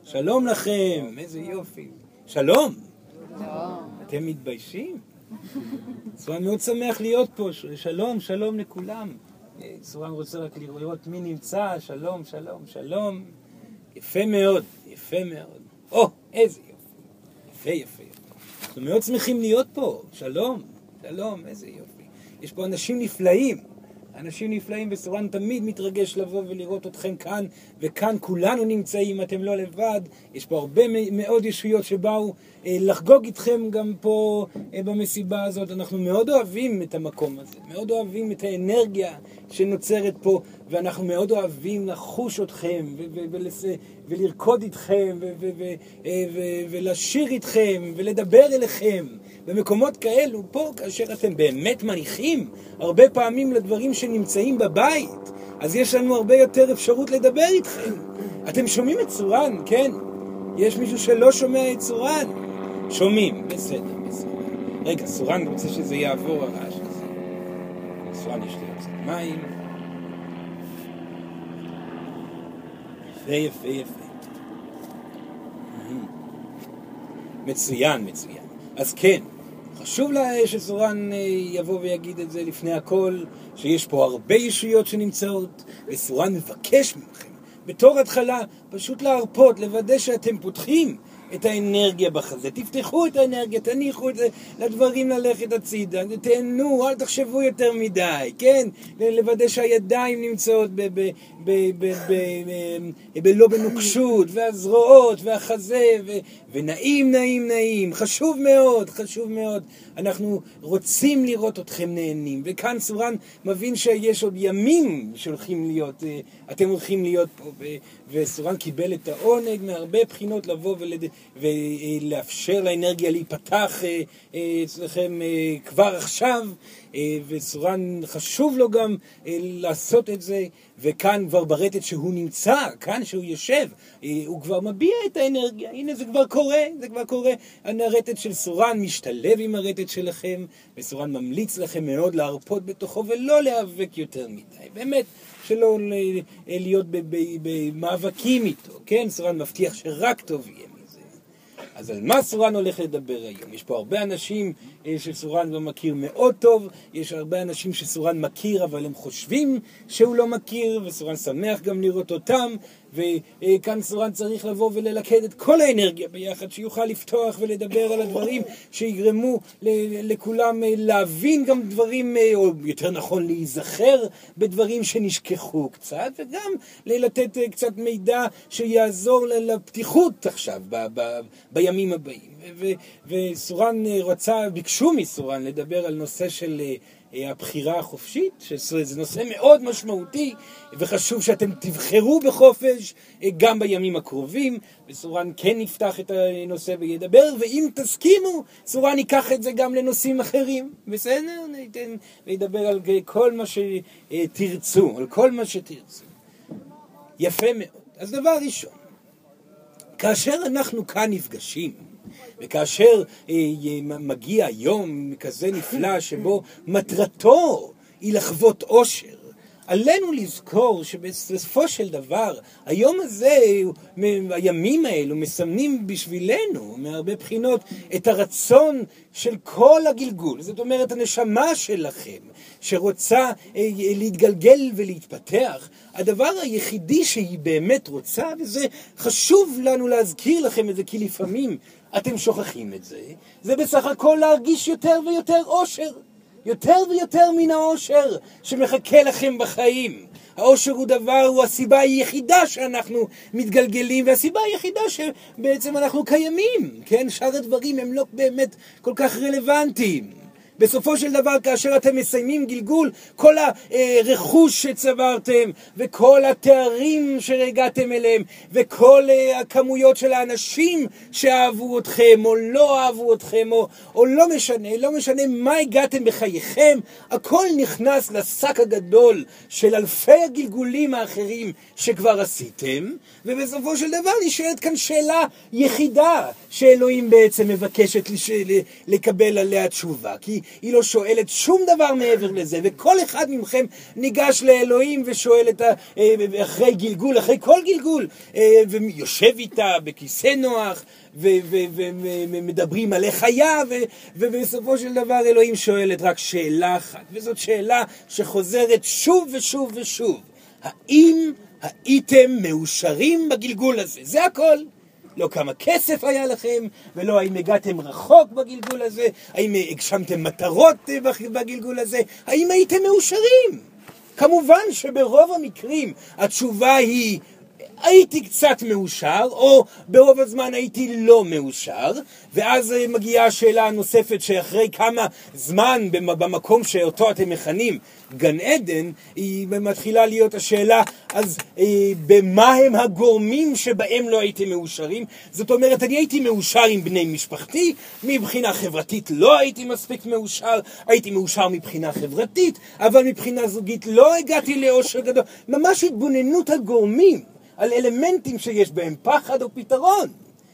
שלום לכם, איזה יופי. שלום. אתם מתביישים? סורן מאוד שמח להיות פה. שלום, שלום לכולם. סורן רוצה רק לראות מי נמצא. שלום, שלום, שלום. יפה מאוד, יפה מאוד. איזה יופי. יפה. אנחנו מאוד שמחים להיות פה. שלום, שלום, איזה יופי. יש פה אנשים נפלאים. אנשים נפלאים, וסורן תמיד מתרגש לבוא ולראות אתכם כאן, וכאן כולנו נמצאים, אתם לא לבד. יש פה הרבה מאוד ישויות שבאו לחגוג איתכם גם פה במסיבה הזאת. אנחנו מאוד אוהבים את המקום הזה, מאוד אוהבים את האנרגיה שנוצרת פה, ואנחנו מאוד אוהבים לחוש אתכם ולרקוד איתכם ולשיר איתכם ולדבר אליכם במקומות כאלו פה, כאשר אתם באמת מניחים הרבה פעמים לדברים שנמצאים בבית, אז יש לנו הרבה יותר אפשרות לדבר איתכם. אתם שומעים את סורן? כן. יש מישהו שלא שומע את סורן? שומעים, בסדר. רגע, סורן רוצה שזה יעבור הרעש הזה. סורן יש לי קצת מים. יפה. מצוין. אז כן, חשוב לה שסורן יבוא ויגיד את זה לפני הכל, שיש פה הרבה ישויות שנמצאות, וסורן מבקש מכם, בתור התחלה, פשוט להרפות, לוודא שאתם פותחים את האנרגיה בחזה. תפתחו את האנרגיה, תניחו את זה לדברים ללכת הצידה, תהנו, אל תחשבו יותר מדי, כן? לוודא שהידיים נמצאות לא בנוקשות, והזרועות, והחזה, ונעים. חשוב מאוד. אנחנו רוצים לראות אתכם נהנים, וכאן סורן מבין שיש עוד ימים שהולכים להיות, אתם הולכים להיות פה, וסורן קיבל את העונג מהרבה בחינות לבוא ולאפשר לאנרגיה להיפתח אצלכם כבר עכשיו, וסורן חשוב לו גם לעשות את זה, וכאן כבר ברטט שהוא נמצא, כאן שהוא יושב, הוא כבר מביע את האנרגיה. הנה זה כבר קורה. הרטט של סורן משתלב עם הרטט שלכם, וסורן ממליץ לכם מאוד להרפות בתוכו ולא להיאבק יותר מדי, באמת שלא להיות במאבקים איתו, כן? סורן מבטיח שרק טוב יהיה מזה. אז על מה סורן הולך לדבר היום? יש פה הרבה אנשים שסורן לא מכיר מאוד טוב, יש הרבה אנשים שסורן מכיר אבל הם חושבים שהוא לא מכיר, וסורן שמח גם לראות אותם, וכאן סורן צריך לבוא וללכד את כל האנרגיה ביחד, שיוכל לפתוח ולדבר על הדברים שיגרמו לכולם להבין גם דברים, או יותר נכון להיזכר בדברים שנשכחו קצת, וגם לתת קצת מידע שיעזור לפתיחות עכשיו בימים הבאים. וסורן ביקשו מסורן לדבר על נושא של הבחירה החופשית, שזה נושא מאוד משמעותי, וחשוב שאתם תבחרו בחופש גם בימים הקרובים, וסורן כן יפתח את הנושא וידבר, ואם תסכימו, סורן ייקח את זה גם לנושאים אחרים, בסדר? וידבר על כל מה שתרצו, יפה מאוד. אז דבר ראשון, כאשר אנחנו כאן נפגשים, וכאשר מגיע יום כזה נפלא שבו מטרתו היא לחוות אושר, עלינו לזכור שבסופו של דבר היום הזה, הימים האלו מסמנים בשבילנו מהרבה בחינות את הרצון של כל הגלגול. זאת אומרת, הנשמה שלכם שרוצה להתגלגל ולהתפתח, הדבר היחידי שהיא באמת רוצה, וזה חשוב לנו להזכיר לכם את זה, כי לפעמים אתם שוכחים את זה, זה בסך הכל להרגיש יותר ויותר אושר, יותר ויותר מן האושר שמחכה לכם בחיים. האושר הוא הסיבה היחידה שאנחנו מתגלגלים, והסיבה היחידה שבעצם אנחנו קיימים, כן? שאר הדברים הם לא באמת כל כך רלוונטיים. בסופו של דבר, כאשר אתם מסיימים גלגול, כל הרכוש שצברתם, וכל התארים שהגעתם אליהם, וכל הכמויות של האנשים שאהבו אתכם, או לא אהבו אתכם, או לא משנה מה הגעתם בחייכם, הכל נכנס לשק הגדול של אלפי הגלגולים האחרים שכבר עשיתם, ובסופו של דבר נשאלת כאן שאלה יחידה שאלוהים בעצם מבקשת לקבל עליה תשובה. כי היא לא שואלת שום דבר מעבר לזה, וכל אחד מכם ניגש לאלוהים ושואל אחרי גלגול, אחרי כל גלגול, ויושב איתה בכיסא נוח, ומדברים על איך היה, ובסופו של דבר אלוהים שואלת רק שאלה אחת, וזאת שאלה שחוזרת שוב ושוב ושוב. האם הייתם מאושרים בגלגול הזה? זה הכל. לא כמה כסף היה לכם, ולא האם הגעתם רחוק בגלגול הזה, האם הגשמתם מטרות בגלגול הזה, האם הייתם מאושרים? כמובן שברוב המקרים התשובה היא הייתי קצת מאושר, או ברוב הזמן הייתי לא מאושר, ואז מגיעה השאלה הנוספת שאחרי כמה זמן במקום שאותו אתם מכנים גן עדן, היא מתחילה להיות השאלה, אז במה הם הגורמים שבהם לא הייתם מאושרים? זאת אומרת, אני הייתי מאושר עם בני משפחתי, מבחינה חברתית לא הייתי מספיק מאושר, הייתי מאושר מבחינה חברתית, אבל מבחינה זוגית לא הגעתי לאושר גדול. ממש התבוננות הגורמים על אלמנטים שיש בהם פחד או פתרון.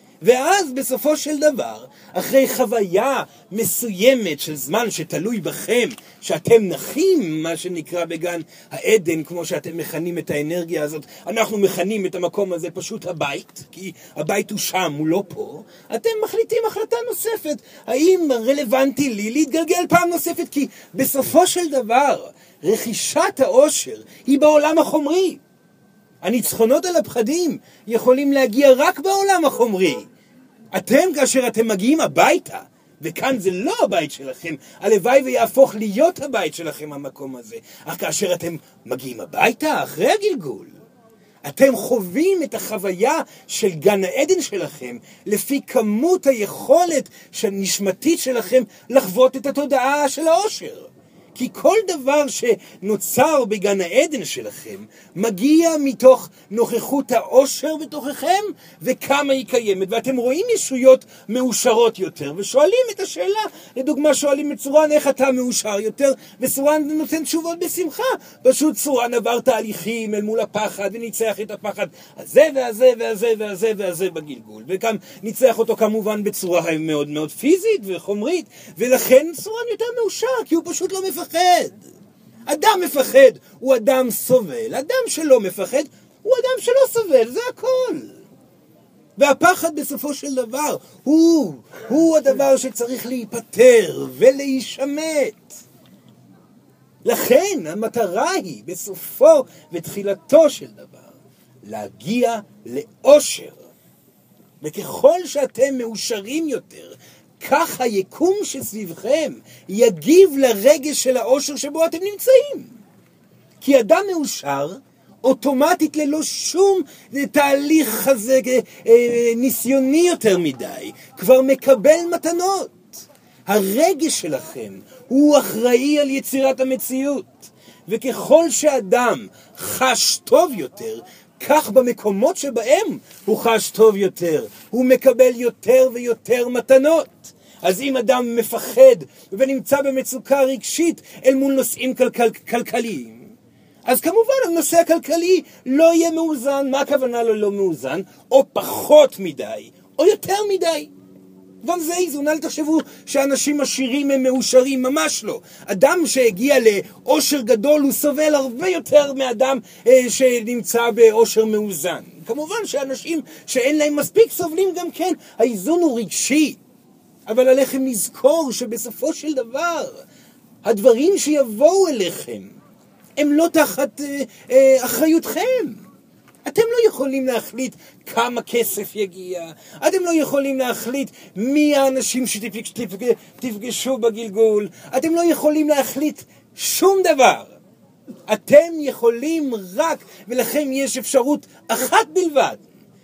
ואז בסופו של דבר, אחרי חוויה מסוימת של זמן שתלוי בכם, שאתם נחים, מה שנקרא בגן העדן, כמו שאתם מכנים את האנרגיה הזאת, אנחנו מכנים את המקום הזה פשוט הבית, כי הבית הוא שם, הוא לא פה, אתם מחליטים החלטה נוספת, האם רלוונטי לי להתגלגל פעם נוספת, כי בסופו של דבר, רכישת העושר היא בעולם החומרי. הניצחונות על הפחדים יכולים להגיע רק בעולם החומרי. אתם, כאשר אתם מגיעים הביתה, וכאן זה לא הבית שלכם, הלוואי ויהפוך להיות הבית שלכם המקום הזה, אך כאשר אתם מגיעים הביתה אחרי הגלגול, אתם חווים את החוויה של גן העדן שלכם, לפי כמות היכולת נשמתית שלכם לחוות את התודעה של העושר. כי כל דבר שנוצר בגן העדן שלכם מגיע מתוך נוכחות העושר בתוככם וכמה היא קיימת. ואתם רואים ישויות מאושרות יותר ושואלים את השאלה, לדוגמה שואלים את סורן איך אתה מאושר יותר, וסורן נותן תשובות בשמחה. פשוט סורן עבר תהליכים אל מול הפחד וניצח את הפחד הזה והזה והזה והזה והזה בגלגול, וגם ניצח אותו כמובן בצורה מאוד מאוד פיזית וחומרית, ולכן סורן יותר מאושר כי הוא פשוט לא מפחד. אדם מפחד הוא אדם סובל, אדם שלא מפחד הוא אדם שלא סובל, זה הכל. והפחד בסופו של דבר הוא הדבר שצריך להיפטר ולהישמט. לכן המטרה היא בסופו ותחילתו של דבר להגיע לאושר, וככל שאתם מאושרים יותר, כך היקום שסביבכם יגיב לרגש של האושר שבו אתם נמצאים. כי אדם מאושר, אוטומטית ללא שום תהליך הזה ניסיוני יותר מדי, כבר מקבל מתנות. הרגש שלכם הוא אחראי על יצירת המציאות. וככל שאדם חש טוב יותר, כך במקומות שבהם הוא חש טוב יותר, הוא מקבל יותר ויותר מתנות. אז אם אדם מפחד ונמצא במצוקה רגשית אל מול נושאים כלכליים, אז כמובן הנושא הכלכלי לא יהיה מאוזן. מה הכוונה לא מאוזן? או פחות מדי, או יותר מדי. גם זה איזון, אל תחשבו שאנשים עשירים הם מאושרים, ממש לא. אדם שהגיע לאושר גדול הוא סובל הרבה יותר מאדם שנמצא באושר מאוזן. כמובן שאנשים שאין להם מספיק סובלים גם כן, האיזון הוא רגשי. אבל עליכם לזכור שבסופו של דבר הדברים שיבואו אליכם הם לא תחת אחריותכם. אתם לא יכולים להחליט כמה כסף יגיע, אתם לא יכולים להחליט מי האנשים שתפגשו בגלגול, אתם לא יכולים להחליט שום דבר. אתם יכולים רק, ולכם יש אפשרות אחת בלבד,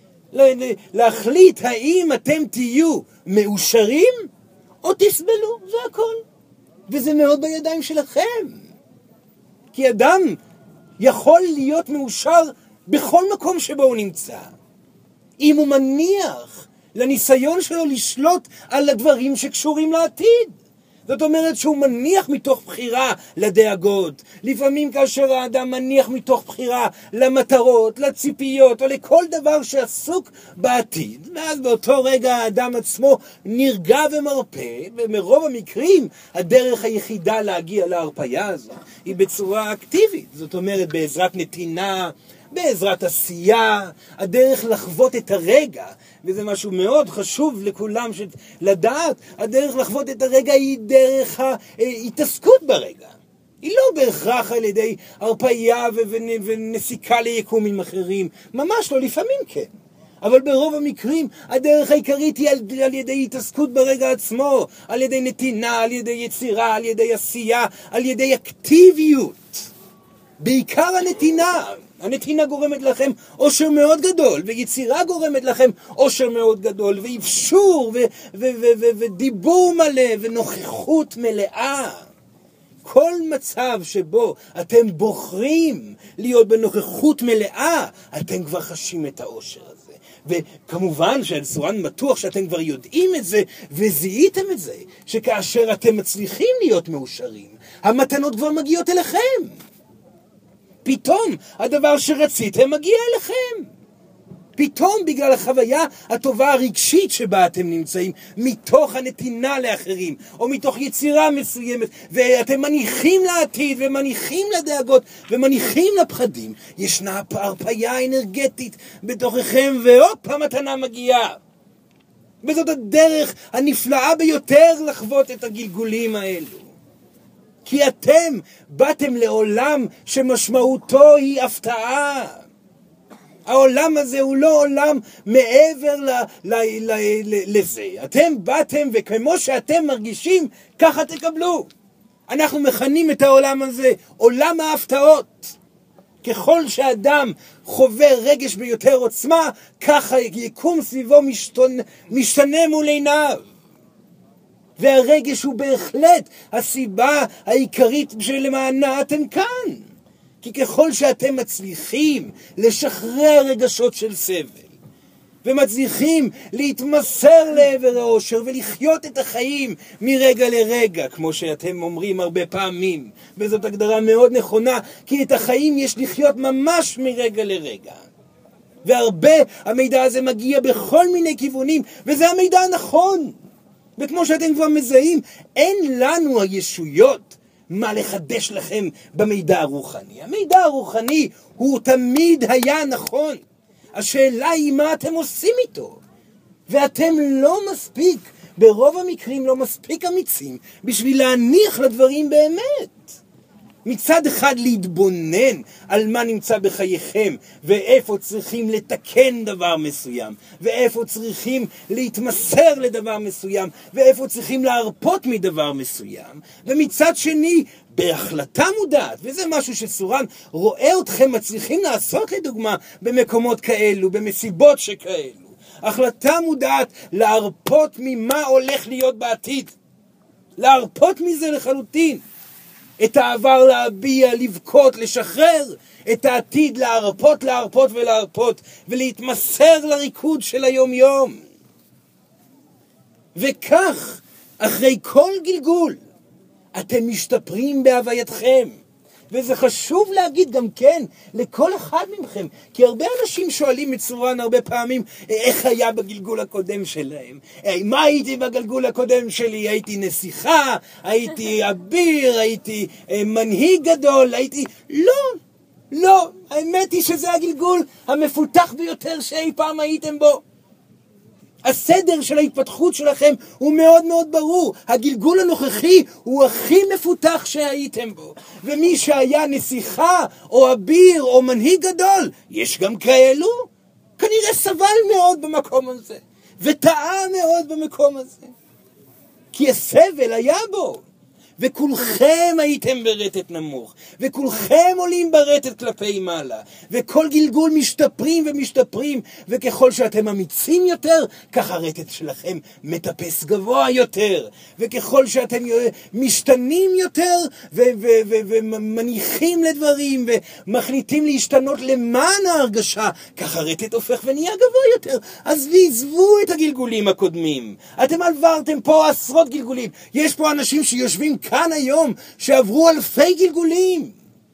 להחליט האם אתם תהיו מאושרים או תסבלו, זה הכל. וזה מאוד בידיים שלכם. כי אדם יכול להיות מאושר בכל מקום שבו הוא נמצא, אם הוא מניח לניסיון שלו לשלוט על הדברים שקשורים לעתיד. זאת אומרת שהוא מניח מתוך בחירה לדאגות. לפעמים כאשר האדם מניח מתוך בחירה למטרות, לציפיות, או לכל דבר שעסוק בעתיד, ואז באותו רגע האדם עצמו נרגע ומרפא, ומרוב המקרים הדרך היחידה להגיע להרפאיה הזו היא בצורה אקטיבית. זאת אומרת בעזרת נתינה, בעזרת עשייה, הדרך לחוות את הרגע, וזה משהו מאוד חשוב לכולם לדעת, הדרך לחוות את הרגע היא דרך ההתעסקות ברגע. היא לא בהכרח על ידי הרפאיה ונסיקה ליקומים אחרים, ממש לא, לפעמים כן. אבל ברוב המקרים הדרך העיקרית היא על ידי התעסקות ברגע עצמו, על ידי נתינה, על ידי יצירה, על ידי עשייה, על ידי אקטיביות. בעיקר הנתינה. הנתינה גורמת לכם אושר מאוד גדול, ויצירה גורמת לכם אושר מאוד גדול, ואפשור, ודיבור מלא, ונוכחות מלאה. כל מצב שבו אתם בוחרים להיות בנוכחות מלאה, אתם כבר חשים את האושר הזה. וכמובן שהסורן בטוח שאתם כבר יודעים את זה, וזיהיתם את זה, שכאשר אתם מצליחים להיות מאושרים, המתנות כבר מגיעות אליכם. פתאום הדבר שרציתם מגיע אליכם. פתאום בגלל החוויה הטובה הרגשית שבה אתם נמצאים, מתוך הנתינה לאחרים, או מתוך יצירה מסוימת, ואתם מניחים לעתיד, ומניחים לדאגות, ומניחים לפחדים, ישנה הרפאיה אנרגטית בתוככם, והופ, המתנה מגיעה. וזאת הדרך הנפלאה ביותר לחוות את הגלגולים האלו. כי אתם באתם לעולם שמשמעותו היא הפתעה. העולם הזה הוא לא עולם מעבר לזה. אתם באתם וכמו שאתם מרגישים, ככה תקבלו. אנחנו מכנים את העולם הזה עולם ההפתעות. ככל שאדם חווה רגש ביותר עוצמה, ככה יקום סביבו משתנה מול עיניו. והרגש הוא בהחלט הסיבה העיקרית שלמענה אתם כאן. כי ככל שאתם מצליחים לשחרר רגשות של סבל, ומצליחים להתמסר לעבר האושר ולחיות את החיים מרגע לרגע, כמו שאתם אומרים הרבה פעמים, וזאת הגדרה מאוד נכונה, כי את החיים יש לחיות ממש מרגע לרגע. והרבה המידע הזה מגיע בכל מיני כיוונים, וזה המידע הנכון. וכמו שאתם כבר מזהים, אין לנו הישויות מה לחדש לכם במידע הרוחני. המידע הרוחני הוא תמיד היה נכון. השאלה היא מה אתם עושים איתו. ואתם לא מספיק, ברוב המקרים לא מספיק אמיצים, בשביל להניח לדברים באמת. מצד אחד להתבונן על מה נמצא בחייכם, ואיפה צריכים לתקן דבר מסוים, ואיפה צריכים להתמסר לדבר מסוים, ואיפה צריכים להרפות מדבר מסוים, ומצד שני בהחלטה מודעת, וזה משהו שסורן רואה אתכם מצליחים לעשות לדוגמה במקומות כאלו, במסיבות שכאלו, החלטה מודעת להרפות ממה הולך להיות בעתיד, להרפות מזה לחלוטין, את העבר להביע, לבכות, לשחרר, את העתיד להרפות, להרפות ולהרפות, ולהתמסר לריקוד של היום יום. וכך, אחרי כל גלגול, אתם משתפרים בהווייתכם. וזה חשוב להגיד גם כן לכל אחד מכם, כי הרבה אנשים שואלים את סורן הרבה פעמים איך היה בגלגול הקודם שלהם. מה הייתי בגלגול הקודם שלי? הייתי נסיכה, הייתי אביר, הייתי מנהיג גדול, הייתי... לא, האמת היא שזה הגלגול המפותח ביותר שאי פעם הייתם בו. הסדר של ההתפתחות שלכם הוא מאוד מאוד ברור. הגלגול הנוכחי הוא הכי מפותח שהייתם בו. ומי שהיה נסיכה או אביר או מנהיג גדול, יש גם כאלו, כנראה סבל מאוד במקום הזה. וטעה מאוד במקום הזה. כי הסבל היה בו. וכולכם הייתם ברטט נמוך, וכולכם עולים ברטט כלפי מעלה, וכל גלגול משתפרים ומשתפרים, וככל שאתם אמיצים יותר, כך הרטט שלכם מטפס גבוה יותר, וככל שאתם משתנים יותר, ומניחים לדברים, ומחליטים להשתנות למען ההרגשה, כך הרטט הופך ונהיה גבוה יותר. אז עזבו את הגלגולים הקודמים. אתם עברתם פה עשרות גלגולים. יש פה אנשים שיושבים כאן היום שעברו אלפי גלגולים.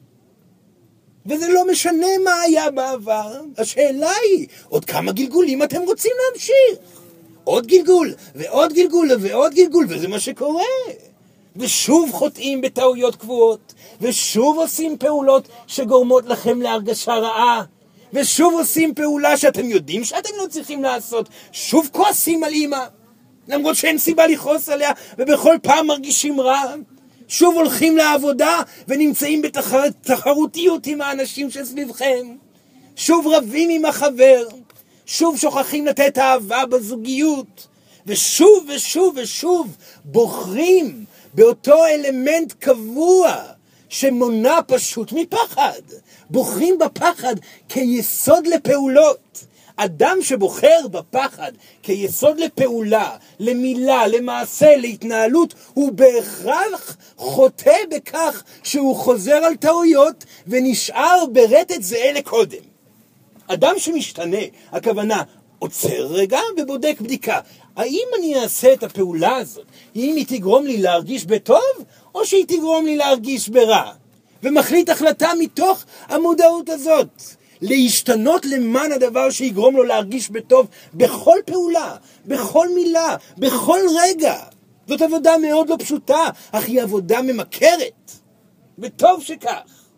וזה לא משנה מה היה בעבר. השאלה היא, עוד כמה גלגולים אתם רוצים להמשיך? עוד גלגול, ועוד גלגול, ועוד גלגול, וזה מה שקורה. ושוב חוטאים בטעויות קבועות, ושוב עושים פעולות שגורמות לכם להרגשה רעה, ושוב עושים פעולה שאתם יודעים שאתם לא צריכים לעשות, שוב כועסים על אמא, למרות שאין סיבה לכעוס עליה, ובכל פעם מרגישים רע, שוב הולכים לעבודה ונמצאים בתחרותיות עם האנשים שסביבכם, שוב רבים עם החבר, שוב שוכחים לתת אהבה בזוגיות, ושוב ושוב ושוב בוחרים באותו אלמנט קבוע שמונע פשוט מפחד. בוחרים בפחד כיסוד לפעולות. אדם שבוחר בפחד כיסוד לפעולה, למילה, למעשה, להתנהלות, הוא בהכרח חוטא בכך שהוא חוזר על טעויות ונשאר ברטט זהה לקודם. אדם שמשתנה, הכוונה, עוצר רגע ובודק בדיקה. האם אני אעשה את הפעולה הזאת? האם היא תגרום לי להרגיש בטוב, או שהיא תגרום לי להרגיש ברע? ומחליט החלטה מתוך המודעות הזאת. להשתנות למען הדבר שיגרום לו להרגיש בטוב בכל פעולה, בכל מילה, בכל רגע. זאת עבודה מאוד לא פשוטה, אך היא עבודה ממכרת. וטוב שכך.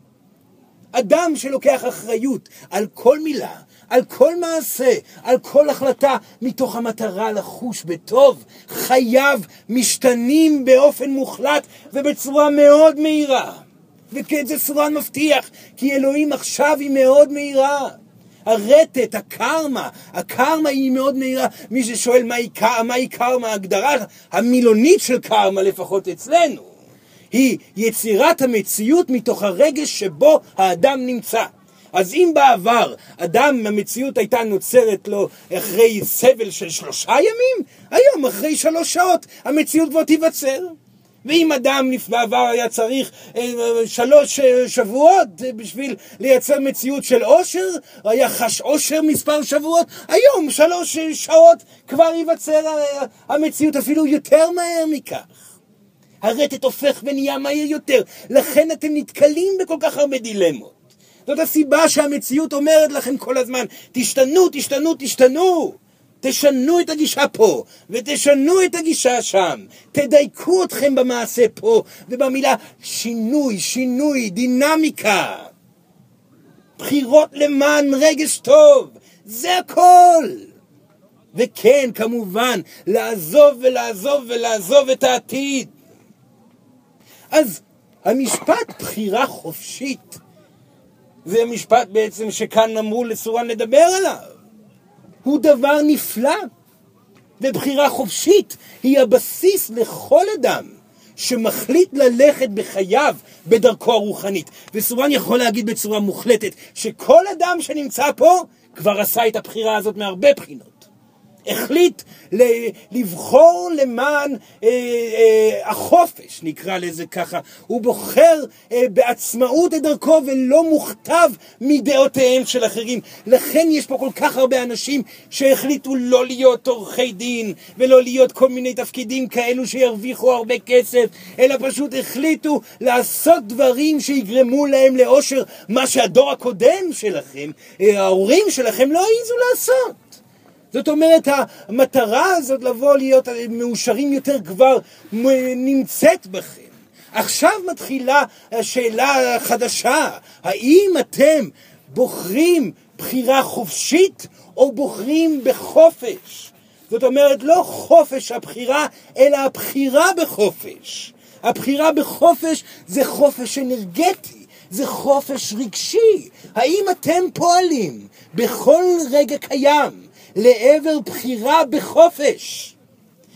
אדם שלוקח אחריות על כל מילה, על כל מעשה, על כל החלטה, מתוך המטרה לחוש בטוב, חייו משתנים באופן מוחלט ובצורה מאוד מהירה. וזה סורן מבטיח, כי אלוהים עכשיו היא מאוד מהירה. הרטט, הקרמה היא מאוד מהירה. מי ששואל מהי קרמה, ההגדרה המילונית של קרמה, לפחות אצלנו, היא יצירת המציאות מתוך הרגש שבו האדם נמצא. אז אם בעבר אדם, המציאות הייתה נוצרת לו אחרי סבל של 3 ימים, היום אחרי 3 שעות המציאות כבר תיווצר. ואם אדם בעבר היה צריך 3 שבועות בשביל לייצר מציאות של אושר, היה חש אושר מספר שבועות, היום 3 שעות כבר ייווצר המציאות אפילו יותר מהר מכך. הרטט הופך ונהיה מהיר יותר, לכן אתם נתקלים בכל כך הרבה דילמות. זאת הסיבה שהמציאות אומרת לכם כל הזמן, תשתנו, תשתנו, תשתנו. תשנו את הגישה פה, ותשנו את הגישה שם. תדייקו אתכם במעשה פה, ובמילה שינוי, שינוי, דינמיקה. בחירות למען רגש טוב, זה הכל. וכן, כמובן, לעזוב ולעזוב ולעזוב את העתיד. אז המשפט בחירה חופשית, זה המשפט בעצם שכאן אמרו לסורן לדבר עליו. הוא דבר נפלא, ובחירה חופשית היא הבסיס לכל אדם שמחליט ללכת בחייו בדרכו הרוחנית. וסורן יכול להגיד בצורה מוחלטת שכל אדם שנמצא פה כבר עשה את הבחירה הזאת מהרבה בחינות. החליט לבחור למען החופש, נקרא לזה ככה. הוא בוחר בעצמאות את דרכו ולא מוכתב מדעותיהם של אחרים. לכן יש פה כל כך הרבה אנשים שהחליטו לא להיות עורכי דין ולא להיות כל מיני תפקידים כאלו שירוויחו הרבה כסף, אלא פשוט החליטו לעשות דברים שיגרמו להם לאושר, מה שהדור הקודם שלכם, ההורים שלכם, לא העיזו לעשות. זאת אומרת, המטרה הזאת לבוא להיות מאושרים יותר כבר נמצאת בכם. עכשיו מתחילה השאלה החדשה, האם אתם בוחרים בחירה חופשית או בוחרים בחופש? זאת אומרת, לא חופש הבחירה, אלא הבחירה בחופש. הבחירה בחופש זה חופש אנרגטי, זה חופש רגשי. האם אתם פועלים בכל רגע קיים לעבר בחירה בחופש?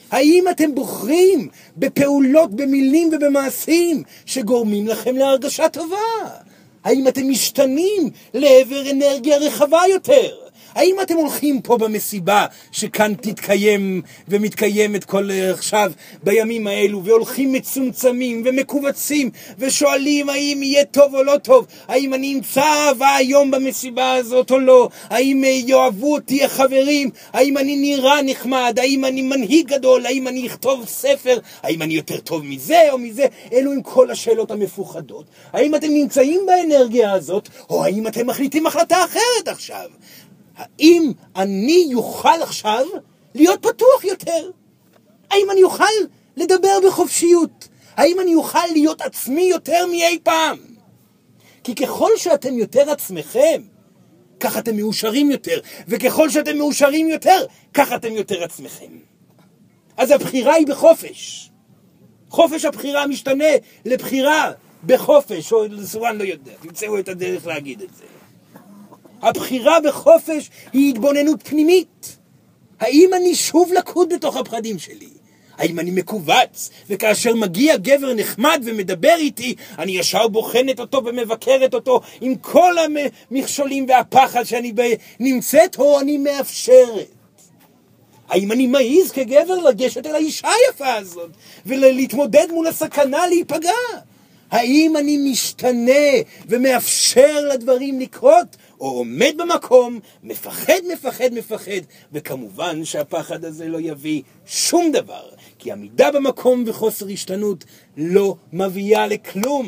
האם אתם בוחרים בפעולות, במילים ובמעשים שגורמים לכם להרגשה טובה? האם אתם משתנים לעבר אנרגיה רחבה יותר? האם אתם הולכים פה במסיבה שכאן תתקיים ומתקיימת כל עכשיו בימים האלו, והולכים מצומצמים ומקובצים ושואלים האם יהיה טוב או לא טוב, האם אני אמצא אהבה היום במסיבה הזאת או לא, האם יאהבו אותי החברים, האם אני נראה נחמד, האם אני מנהיג גדול, האם אני אכתוב ספר, האם אני יותר טוב מזה או מזה? אלו עם כל השאלות המפוחדות. האם אתם נמצאים באנרגיה הזאת, או האם אתם מחליטים החלטה אחרת עכשיו? האם אני יוכל עכשיו להיות פתוח יותר? האם אני יוכל לדבר בחופשיות? האם אני יוכל להיות עצמי יותר מאי פעם? כי ככל שאתם יותר עצמכם, כך אתם מאושרים יותר, וככל שאתם מאושרים יותר, כך אתם יותר עצמכם. אז הבחירה היא בחופש. חופש הבחירה משתנה לבחירה בחופש, או סורן לא יודע, תמצאו את הדרך להגיד את זה. הבחירה בחופש היא התבוננות פנימית. האם אני שוב לקוד בתוך הפחדים שלי? האם אני מקובץ, וכאשר מגיע גבר נחמד ומדבר איתי, אני ישר בוחנת אותו ומבקרת אותו עם כל המכשולים והפחד שאני נמצאת, או אני מאפשרת? האם אני מעיז כגבר לגשת אל האישה היפה הזאת, ולהתמודד מול הסכנה להיפגע? האם אני משתנה ומאפשר לדברים לקרות, או עומד במקום, מפחד, וכמובן שהפחד הזה לא יביא שום דבר, כי עמידה במקום וחוסר השתנות לא מביאה לכלום.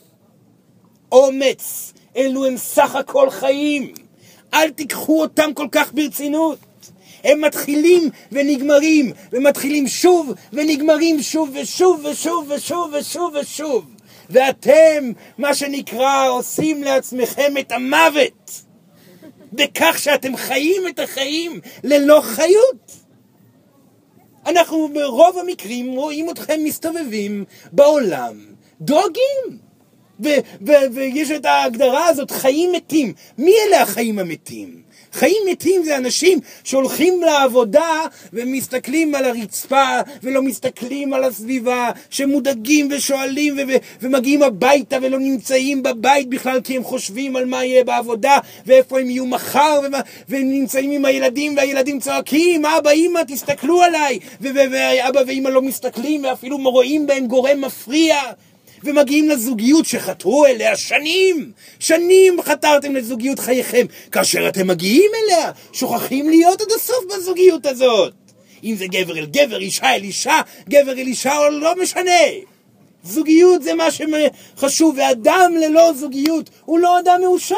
אומץ, אלו הם סך הכל חיים, אל תיקחו אותם כל כך ברצינות. הם מתחילים ונגמרים, ומתחילים שוב ונגמרים שוב ושוב ושוב ושוב ושוב ושוב. ואתם, מה שנקרא, עושים לעצמכם את המוות, בכך שאתם חיים את החיים ללא חיות. אנחנו ברוב המקרים רואים אתכם מסתובבים בעולם, דואגים. ויש את ההגדרה הזאת, חיים מתים. מי אלה החיים המתים? חיים מתים זה אנשים שהולכים לעבודה ומסתכלים על הרצפה ולא מסתכלים על הסביבה, שמודאגים ושואלים ומגיעים הביתה ולא נמצאים בבית בכלל, כי הם חושבים על מה יהיה בעבודה ואיפה הם יהיו מחר, והם נמצאים עם הילדים והילדים צועקים, אבא, אמא, תסתכלו עליי, ואבא ואמא לא מסתכלים ואפילו רואים בהם גורם מפריע. ומגיעים לזוגיות שחתרו אליה שנים חתרתם לזוגיות חייכם. כאשר אתם מגיעים אליה, שוכחים להיות עד הסוף בזוגיות הזאת. אם זה גבר אל גבר, אישה אל אישה, גבר אל אישה, או לא משנה. זוגיות זה מה שחשוב, ואדם ללא זוגיות הוא לא אדם מאושר.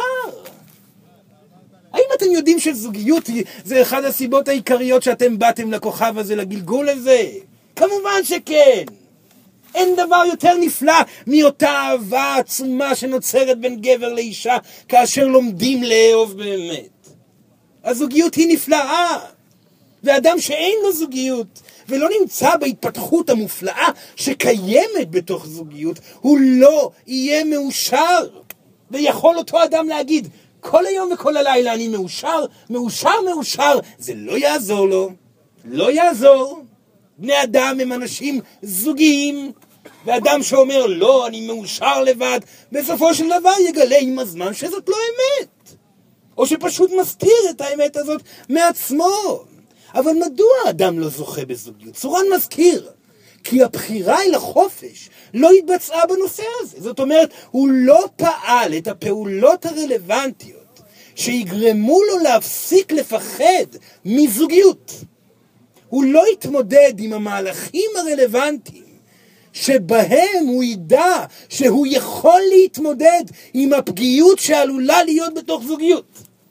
האם אתם יודעים שזוגיות זה אחד הסיבות העיקריות שאתם באתם לכוכב הזה, לגלגול הזה? כמובן שכן. אין דבר יותר נפלא מאותה אהבה עצומה שנוצרת בין גבר לאישה כאשר לומדים לאהוב באמת. הזוגיות היא נפלאה, ואדם שאין לו זוגיות ולא נמצא בהתפתחות המופלאה שקיימת בתוך זוגיות, הוא לא יהיה מאושר. ויכול אותו אדם להגיד כל היום וכל הלילה אני מאושר, זה לא יעזור לו, לא יעזור. בני אדם הם אנשים זוגיים, ואדם שאומר לא, אני מאושר לבד, בסופו של דבר יגלה עם הזמן שזאת לא אמת, או שפשוט מסתיר את האמת הזאת מעצמו. אבל מדוע האדם לא זוכה בזוגיות? סורן מזכיר, כי הבחירה אל החופש לא התבצעה בנושא הזה. זאת אומרת, הוא לא פעל את הפעולות הרלוונטיות שיגרמו לו להפסיק לפחד מזוגיות. הוא לא יתמודד עם המהלכים הרלוונטיים שבהם הוא ידע שהוא יכול להתמודד עם הפגיעות שעלולה להיות בתוך זוגיות.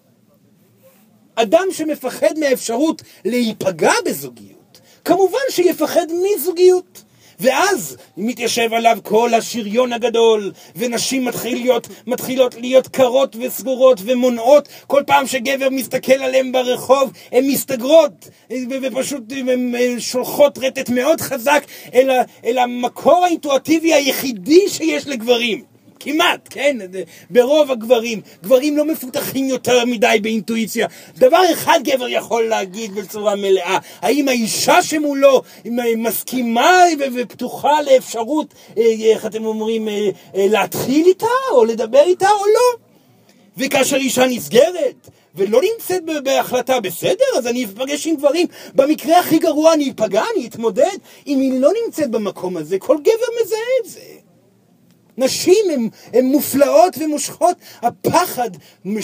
אדם שמפחד מהאפשרות להיפגע בזוגיות, כמובן שיפחד מזוגיות. ואז מתיישב עליו כל השריון הגדול, ונשים מתחילות להיות קרות וסגורות ומונעות. כל פעם שגבר מסתכל עליהם ברחוב, הן מסתגרות, ופשוט שולחות רטט מאוד חזק אל המקור האינטואטיבי היחידי שיש לגברים. כמעט, כן? ברוב הגברים. גברים לא מפותחים יותר מדי באינטואיציה. דבר אחד גבר יכול להגיד בצורה מלאה. האם האישה שמולו מסכימה ופתוחה לאפשרות, איך אתם אומרים, להתחיל איתה או לדבר איתה או לא? וכאשר אישה נסגרת ולא נמצאת בהחלטה בסדר, אז אני אפגש עם גברים. במקרה הכי גרוע אני אפגע, אני אתמודד. אם היא לא נמצאת במקום הזה, כל גבר מזהה את זה. נשים הן מופלאות ומושכות. הפחד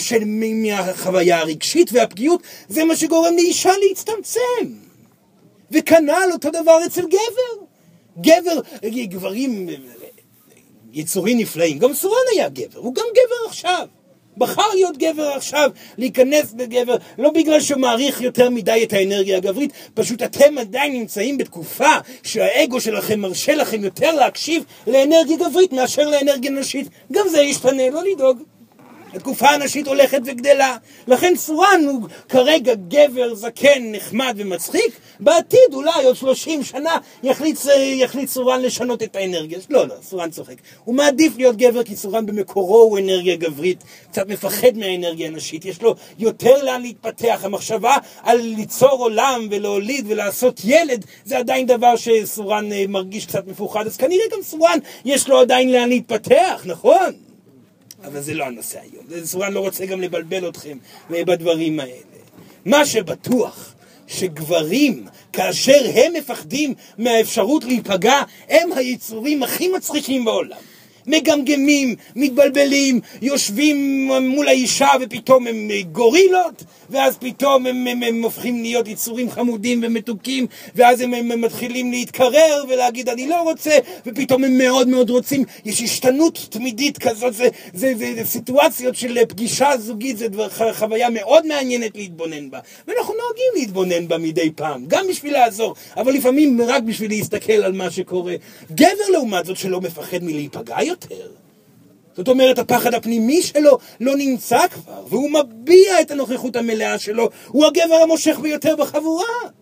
מהחוויה הרגשית והפגיעות זה מה שגורם לאישה להצטמצם. וכנ"ל אותו דבר אצל גבר. גברים יצורים נפלאים. גם סורן היה גבר, הוא גם גבר עכשיו. בחר להיות גבר עכשיו, להיכנס בגבר, לא בגלל שהוא מעריך יותר מדי את האנרגיה הגברית, פשוט אתם עדיין נמצאים בתקופה שהאגו שלכם מרשה לכם יותר להקשיב לאנרגיה גברית מאשר לאנרגיה נשית. גם זה ישתנה, לא לדאוג. התקופה הנשית הולכת וגדלה, לכן סורן הוא כרגע גבר זקן, נחמד ומצחיק. בעתיד אולי עוד 30 שנה יחליט סורן לשנות את האנרגיה. לא, סורן צוחק. הוא מעדיף להיות גבר כי סורן במקורו הוא אנרגיה גברית, קצת מפחד מהאנרגיה הנשית, יש לו יותר לאן להתפתח. המחשבה על ליצור עולם ולהוליד ולעשות ילד זה עדיין דבר שסורן מרגיש קצת מפוחד, אז כנראה גם סורן יש לו עדיין לאן להתפתח, נכון? אבל זה לא הנושא היום. סורן לא רוצה גם לבלבל אתכם בדברים האלה. מה שבטוח, שגברים, כאשר הם מפחדים מהאפשרות להיפגע, הם היצורים הכי מצחיקים בעולם. מגמגמים, מתבלבלים, יושבים מול האישה ופתאום הם גורילות, ואז פתאום הם הופכים להיות יצורים חמודים ומתוקים, ואז הם מתחילים להתקרר ולהגיד אני לא רוצה, ופתאום הם מאוד מאוד רוצים. יש השתנות תמידית כזאת, זה סיטואציות של פגישה זוגית, זה חוויה מאוד מעניינת להתבונן בה, ואנחנו נוהגים להתבונן בה מדי פעם, גם בשביל לעזור, אבל לפעמים רק בשביל להסתכל על מה שקורה. גבר לעומת זאת שלא מפחד מלהיפגע יותר, זאת אומרת, הפחד הפנימי שלו לא נמצא כבר, והוא מביע את הנוכחות המלאה שלו, הוא הגבר המושך ביותר בחבורה.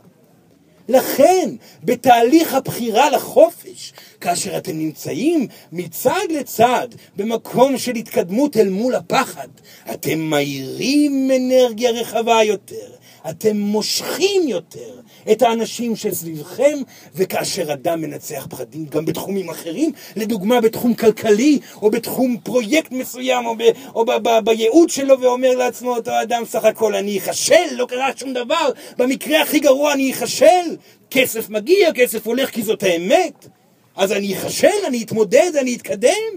לכן, בתהליך הבחירה לחופש, כאשר אתם נמצאים מצד לצד, במקום של התקדמות אל מול הפחד, אתם מאירים אנרגיה רחבה יותר, אתם מושכים יותר את האנשים שסביבכם, וכאשר אדם מנצח פחדים גם בתחומים אחרים, לדוגמה בתחום כלכלי, או בתחום פרויקט מסוים, או בייעוד שלו, ואומר לעצמו אותו אדם, סך הכל אני אחשל, לא קרה שום דבר, במקרה הכי גרוע אני אחשל, כסף מגיע, כסף הולך כי זאת האמת, אז אני אחשל, אני אתמודד, אני אתקדם.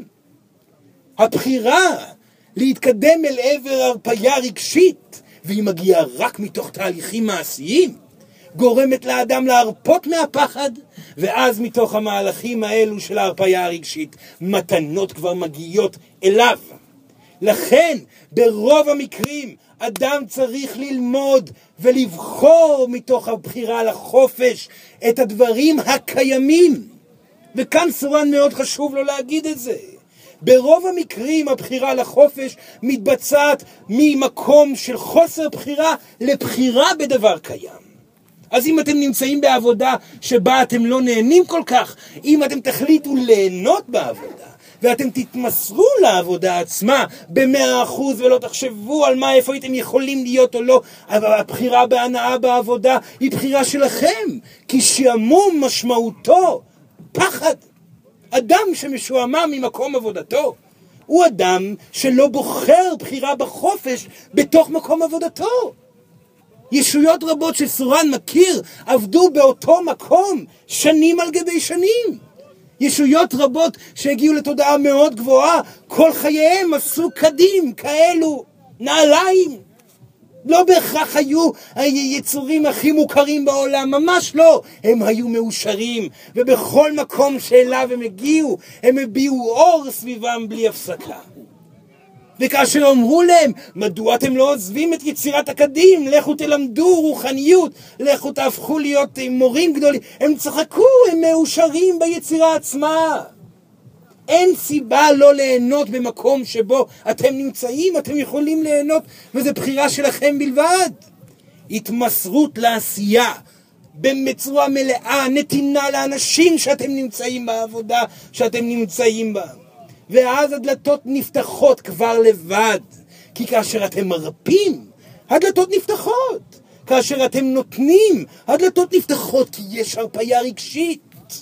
הבחירה להתקדם אל עבר הרפיה רגשית, והיא מגיעה רק מתוך תהליכים מעשיים, גורמת לאדם להרפות מהפחד, ואז מתוך המהלכים האלו של ההרפיה הרגשית, מתנות כבר מגיעות אליו. לכן, ברוב המקרים, אדם צריך ללמוד ולבחור מתוך הבחירה לחופש את הדברים הקיימים. וכאן סורן מאוד חשוב לו להגיד את זה. ברוב המקרים הבחירה לחופש מתבצעת ממקום של חוסר בחירה לבחירה בדבר קיים. אז אם אתם נמצאים בעבודה שבה אתם לא נהנים כל כך, אם אתם תחליטו ליהנות בעבודה, ואתם תתמסרו לעבודה עצמה ב100% ולא תחשבו על מה, איפה הייתם יכולים להיות או לא, אבל הבחירה בהנאה בעבודה היא בחירה שלכם, כי שעמום משמעותו פחד. אדם שמשועמם ממקום עבודתו הוא אדם שלא בוחר בחירה בחופש בתוך מקום עבודתו. ישויות רבות שסורן מכיר עבדו באותו מקום שנים על גבי שנים. ישויות רבות שהגיעו לתודעה מאוד גבוהה, כל חייהם עשו קדים כאלו, נעליים. לא בהכרח היו היצורים הכי מוכרים בעולם, ממש לא. הם היו מאושרים, ובכל מקום שאליו הם הגיעו, הם הביאו אור סביבם בלי הפסקה. וכאשר אמרו להם, מדוע אתם לא עוזבים את יצירת הקדים? לכו תלמדו רוחניות, לכו תהפכו להיות מורים גדולים. הם צחקו, הם מאושרים ביצירה עצמה. אין סיבה לא ליהנות במקום שבו אתם נמצאים, אתם יכולים ליהנות, וזו בחירה שלכם בלבד. התמסרות לעשייה, בצורה מלאה, נתינה לאנשים שאתם נמצאים בעבודה, שאתם נמצאים בה. ואז הדלתות נפתחות כבר לבד. כי כאשר אתם מרפים, הדלתות נפתחות. כאשר אתם נותנים, הדלתות נפתחות, כי יש הרפיה רגשית.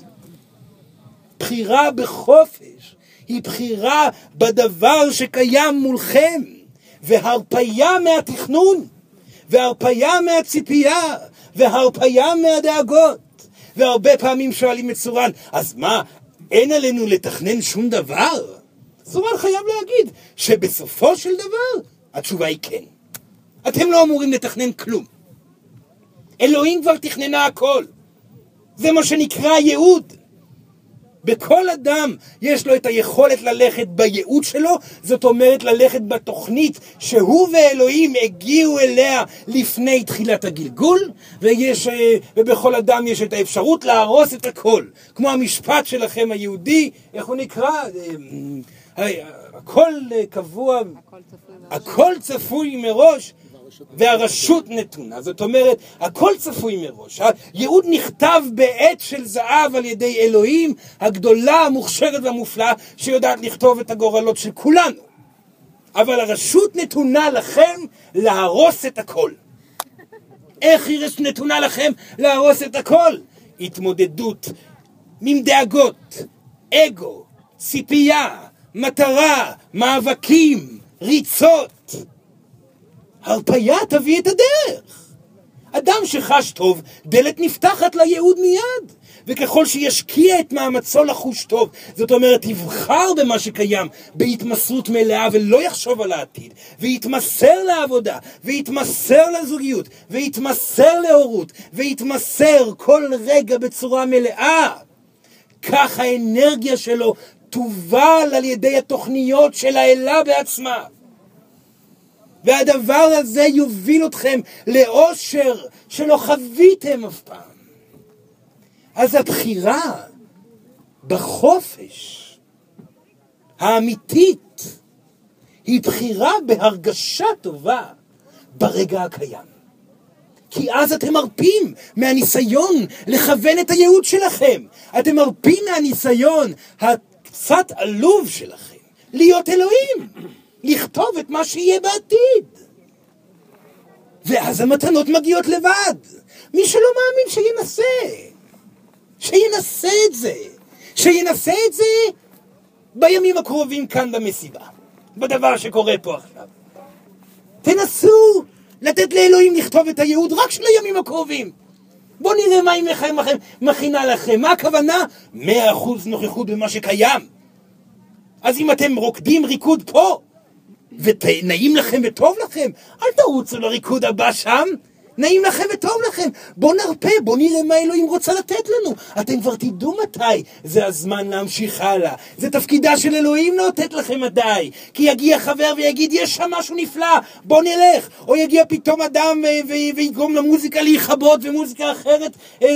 בחירה בחופש היא בחירה בדבר שקיים מולכם, והרפיה מהתכנון, והרפיה מהציפייה, והרפיה מהדאגות. והרבה פעמים שואלים את סורן, אז מה, אין עלינו לתכנן שום דבר? סורן חייב להגיד שבסופו של דבר התשובה היא כן. אתם לא אמורים לתכנן כלום. אלוהים כבר תכננה הכל. זה מה שנקרא ייעוד. בכל אדם יש לו את היכולת ללכת בייעוד שלו, זאת אומרת ללכת בתוכנית שהוא ואלוהים הגיעו אליה לפני תחילת הגלגול, ובכל אדם יש את האפשרות להרוס את הכל. כמו המשפט שלכם היהודי, איך הוא נקרא? הכל קבוע, הכל צפוי מראש, והרשות נתונה. זאת אומרת, הכל צפוי מראש. הייעוד נכתב בעט של זהב על ידי אלוהים, הגדולה, המוכשרת והמופלאה, שיודעת לכתוב את הגורלות של כולנו. אבל הרשות נתונה לכם להרוס את הכל. איך היא נתונה לכם להרוס את הכל? התמודדות עם דאגות, אגו, ציפייה, מטרה, מאבקים, ריצות. הרפיה תביא את הדרך. אדם שחש טוב, דלת נפתחת לייעוד מיד. וככל שישקיע את מאמצו לחוש טוב, זאת אומרת, יבחר במה שקיים, בהתמסרות מלאה ולא יחשוב על העתיד, ויתמסר לעבודה, ויתמסר לזוגיות, ויתמסר להורות, ויתמסר כל רגע בצורה מלאה. כך האנרגיה שלו תובל על ידי התוכניות של האלה בעצמה. והדבר הזה יוביל אתכם לאושר שלא חוויתם אף פעם. אז הבחירה בחופש האמיתית היא בחירה בהרגשה טובה ברגע הקיים. כי אז אתם מרפים מהניסיון לכוון את הייעוד שלכם. אתם מרפים מהניסיון הקצת עלוב שלכם להיות אלוהים. לכתוב את מה שיהיה בעתיד. ואז המתנות מגיעות לבד. מי שלא מאמין שינסה. שינסה את זה. שינסה את זה בימים הקרובים כאן במסיבה. בדבר שקורה פה עכשיו. תנסו לתת לאלוהים לכתוב את הייעוד רק של הימים הקרובים. בואו נראה מה היא מכינה לכם. מה הכוונה? 100% נוכחות במה שקיים. אז אם אתם רוקדים ריקוד פה, ונעים לכם וטוב לכם, אל תרוצו לריקוד הבא שם. נעים לכם וטוב לכם. בואו נרפה, בואו נראה מה אלוהים רוצה לתת לנו. אתם כבר תדעו מתי זה הזמן להמשיך הלאה. זה תפקידה של אלוהים לא לתת לכם מדי. כי יגיע חבר ויגיד, יש שם משהו נפלא, בואו נלך. או יגיע פתאום אדם ויגרום למוזיקה להיכבות, ומוזיקה אחרת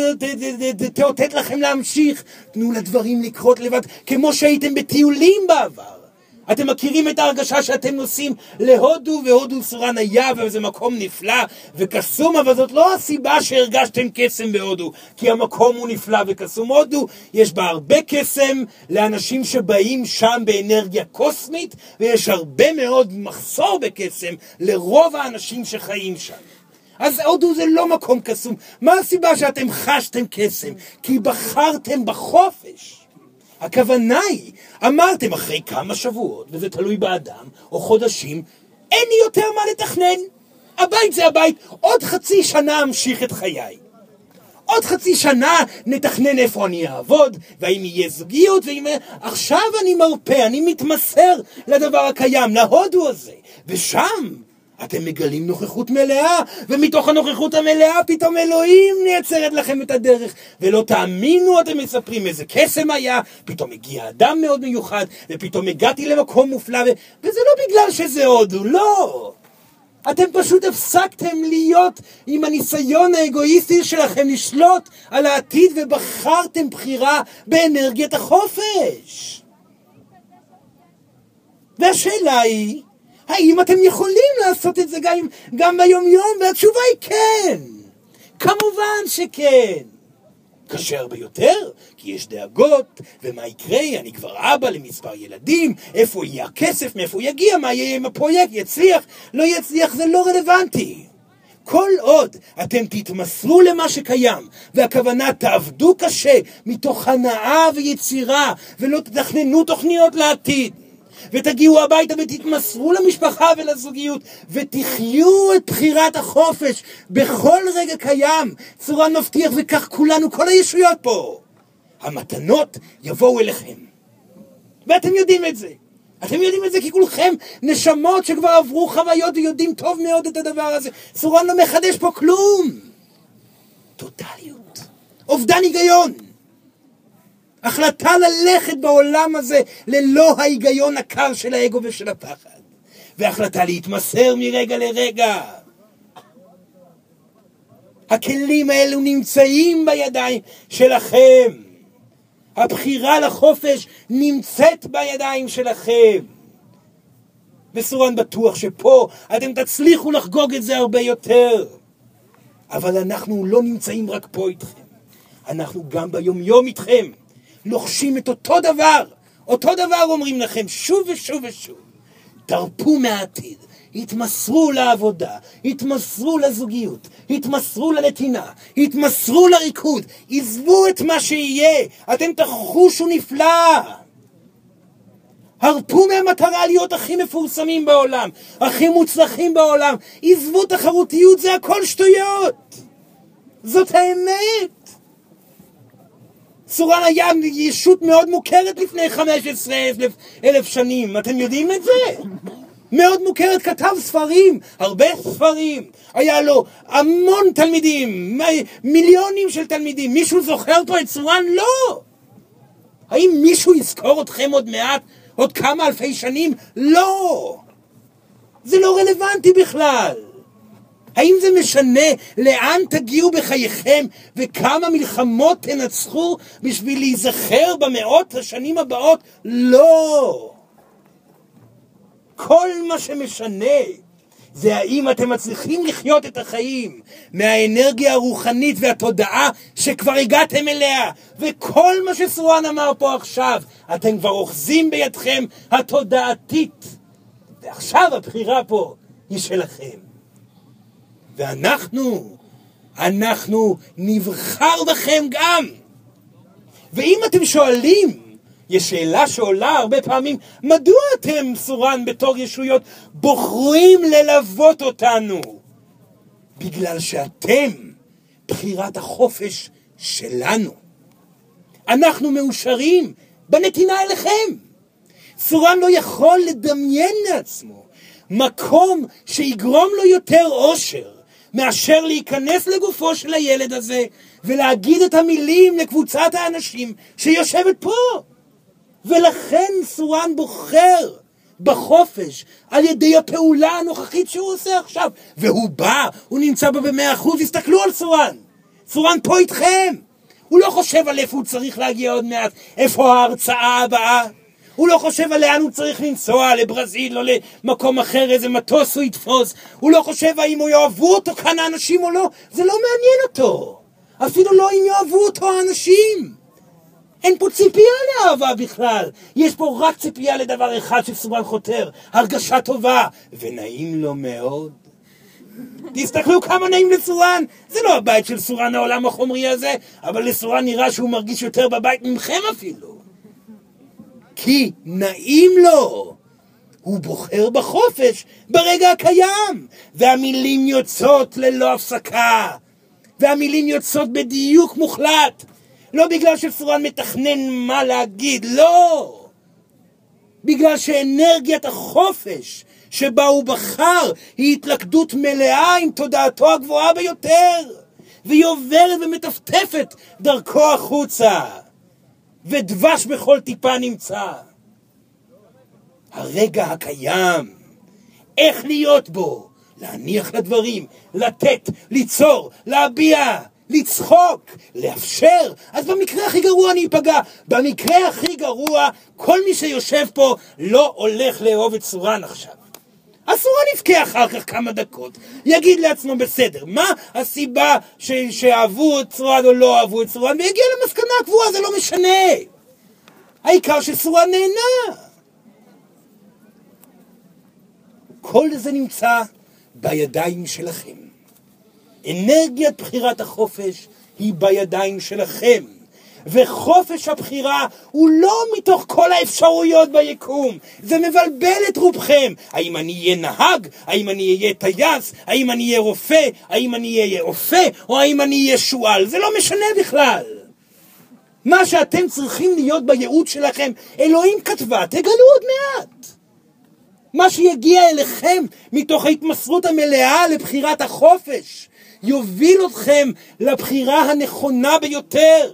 תאותת לכם להמשיך. תנו לדברים לקרות לבד, כמו שהייתם בטיולים בעבר. אתם מכירים את ההרגשה שאתם נוסעים להודו, והודו סורן היה, וזה מקום נפלא וקסום, אבל זאת לא הסיבה שהרגשתם קסם בהודו, כי המקום הוא נפלא וקסום. הודו יש בה הרבה קסם לאנשים שבאים שם באנרגיה קוסמית, ויש הרבה מאוד מחסור בקסם לרוב האנשים שחיים שם. אז הודו זה לא מקום קסום. מה הסיבה שאתם חשתם קסם? כי בחרתם בחופש. הכוונה היא, אמרתם אחרי כמה שבועות, וזה תלוי באדם, או חודשים, אין לי יותר מה לתכנן. הבית זה הבית, עוד חצי שנה אמשיך את חיי. עוד חצי שנה נתכנן איפה אני אעבוד, והאם יהיה זוגיות, עכשיו אני מרפא, אני מתמסר לדבר הקיים, להודו הזה. ושם אתם מגלים נוכחות מלאה, ומתוך הנוכחות המלאה פתאום אלוהים נייצרת לכם את הדרך. ולא תאמינו, אתם מספרים איזה קסם היה, פתאום הגיע אדם מאוד מיוחד, ופתאום הגעתי למקום מופלא, וזה לא בגלל שזה הודו, לא. אתם פשוט הפסקתם להיות עם הניסיון האגואיסטי שלכם לשלוט על העתיד, ובחרתם בחירה באנרגיית החופש. והשאלה היא, האם אתם יכולים לעשות את זה גם ביום יום? והתשובה היא כן. כמובן שכן. קשה הרבה יותר, כי יש דאגות, ומה יקרה, אני כבר אבא למספר ילדים, איפה יהיה הכסף, מאיפה יגיע, מה יהיה עם הפרויקט, יצליח, לא יצליח, זה לא רלוונטי. כל עוד אתם תתמסרו למה שקיים, והכוונה תעבדו קשה מתוך הנאה ויצירה, ולא תתכננו תוכניות לעתיד, ותגיעו הביתה ותתמסרו למשפחה ולזוגיות, ותחיו את בחירת החופש בכל רגע קיים, צורן מבטיח, וכך כולנו, כל הישויות פה, המתנות יבואו אליכם. ואתם יודעים את זה. אתם יודעים את זה כי כולכם נשמות שכבר עברו חוויות ויודעים טוב מאוד את הדבר הזה. צורן לא מחדש פה כלום. טוטליות. אובדן היגיון. החלטה ללכת בעולם הזה ללא ההיגיון הקר של האגו ושל הפחד. והחלטה להתמסר מרגע לרגע. הכלים האלו נמצאים בידיים שלכם. הבחירה לחופש נמצאת בידיים שלכם. וסורן בטוח שפה אתם תצליחו לחגוג את זה הרבה יותר. אבל אנחנו לא נמצאים רק פה איתכם. אנחנו גם ביום יום איתכם. לוחשים את אותו דבר. אותו דבר אומרים לכם שוב ושוב ושוב. תרפו מהעתיד. התמסרו לעבודה, התמסרו לזוגיות, התמסרו לנתינה, התמסרו לריקוד, עזבו את מה שיהיה, אתם תחושו נפלא. הרפו מהמטרה להיות הכי מפורסמים בעולם, הכי מוצלחים בעולם, עזבו תחרותיות, זה הכל שטויות. זאת האמת. צורן היה ישות מאוד מוכרת לפני 15,000 שנים, אתם יודעים את זה? מאוד מוכרת, כתב ספרים, הרבה ספרים, היה לו המון תלמידים, מיליונים של תלמידים. מישהו זוכר פה את צורן? לא. האם מישהו יזכור אתכם עוד מעט, עוד כמה אלפי שנים? לא. זה לא רלוונטי בכלל. האם זה משנה לאן תגיעו בחייכם וכמה מלחמות תנצחו בשביל להיזכר במאות השנים הבאות? לא. כל מה שמשנה זה האם אתם מצליחים לחיות את החיים מהאנרגיה הרוחנית והתודעה שכבר הגעתם אליה. וכל מה שצורן אמר פה עכשיו, אתם כבר אוחזים בידכם התודעתית. ועכשיו הבחירה פה היא שלכם. ואנחנו נבחר בכם גם. ואם אתם שואלים, יש שאלה שעולה הרבה פעמים, מדוע אתם, צורן, בתור ישויות, בוחרים ללוות אותנו? בגלל שאתם בחירת החופש שלנו. אנחנו מאושרים בנתינה אליכם. צורן לא יכול לדמיין לעצמו מקום שיגרום לו יותר אושר, מאשר להיכנס לגופו של הילד הזה, ולהגיד את המילים לקבוצת האנשים שיושבת פה. ולכן צורן בוחר בחופש על ידי הפעולה הנוכחית שהוא עושה עכשיו. והוא בא, הוא נמצא בה ב100%. הסתכלו על צורן. צורן פה איתכם. הוא לא חושב על איפה הוא צריך להגיע עוד מעט, איפה ההרצאה הבאה. הוא לא חושב על לאן הוא צריך לנסוע, לברזיל או למקום אחר, איזה מטוס הוא יתפוס. הוא לא חושב האם הוא יאהבו אותו כאן האנשים או לא. זה לא מעניין אותו. אפילו לא אם יאהבו אותו האנשים. אין פה ציפייה לאהבה בכלל. יש פה רק ציפייה לדבר אחד שצורן חותר, הרגשה טובה, ונעים לו מאוד. תסתכלו כמה נעים לצורן. זה לא הבית של צורן העולם החומרי הזה, אבל לצורן נראה שהוא מרגיש יותר בבית ממכם אפילו. כי נעים לו. הוא בוחר בחופש ברגע הקיים, והמילים יוצאות ללא הפסקה, והמילים יוצאות בדיוק מוחלט. לא בגלל שצורן מתכנן מה להגיד, לא. בגלל שאנרגיית החופש שבה הוא בחר היא התלכדות מלאה עם תודעתו הגבוהה ביותר, והיא עוברת ומטפטפת דרכו החוצה, ודבש בכל טיפה נמצא. הרגע הקיים, איך להיות בו, להניח לדברים, לתת, ליצור, להביע, לצחוק, לאפשר. אז במקרה הכי גרוע אני אפגע. במקרה הכי גרוע, כל מי שיושב פה לא הולך לאהוב את צורן עכשיו. הסורן יבכה אחר כך כמה דקות, יגיד לעצמו בסדר, מה הסיבה שאהבו את סורן או לא אהבו את סורן, ויגיע למסקנה הקבועה, זה לא משנה. העיקר שסורן נהנה. כל זה נמצא בידיים שלכם. אנרגיית בחירת החופש היא בידיים שלכם. וחופש הבחירה הוא לא מתוך כל האפשרויות ביקום. זה מבלבל את רובכם. האם אני אהיה נהג? האם אני אהיה טייס? האם אני אהיה רופא? האם אני אהיה רופא? או האם אני אהיה שואל? זה לא משנה בכלל. מה שאתם צריכים להיות בייעוד שלכם, אלוהים כתבה, תגלו עוד מעט. מה שיגיע אליכם מתוך ההתמסרות המלאה לבחירת החופש, יוביל אתכם לבחירה הנכונה ביותר.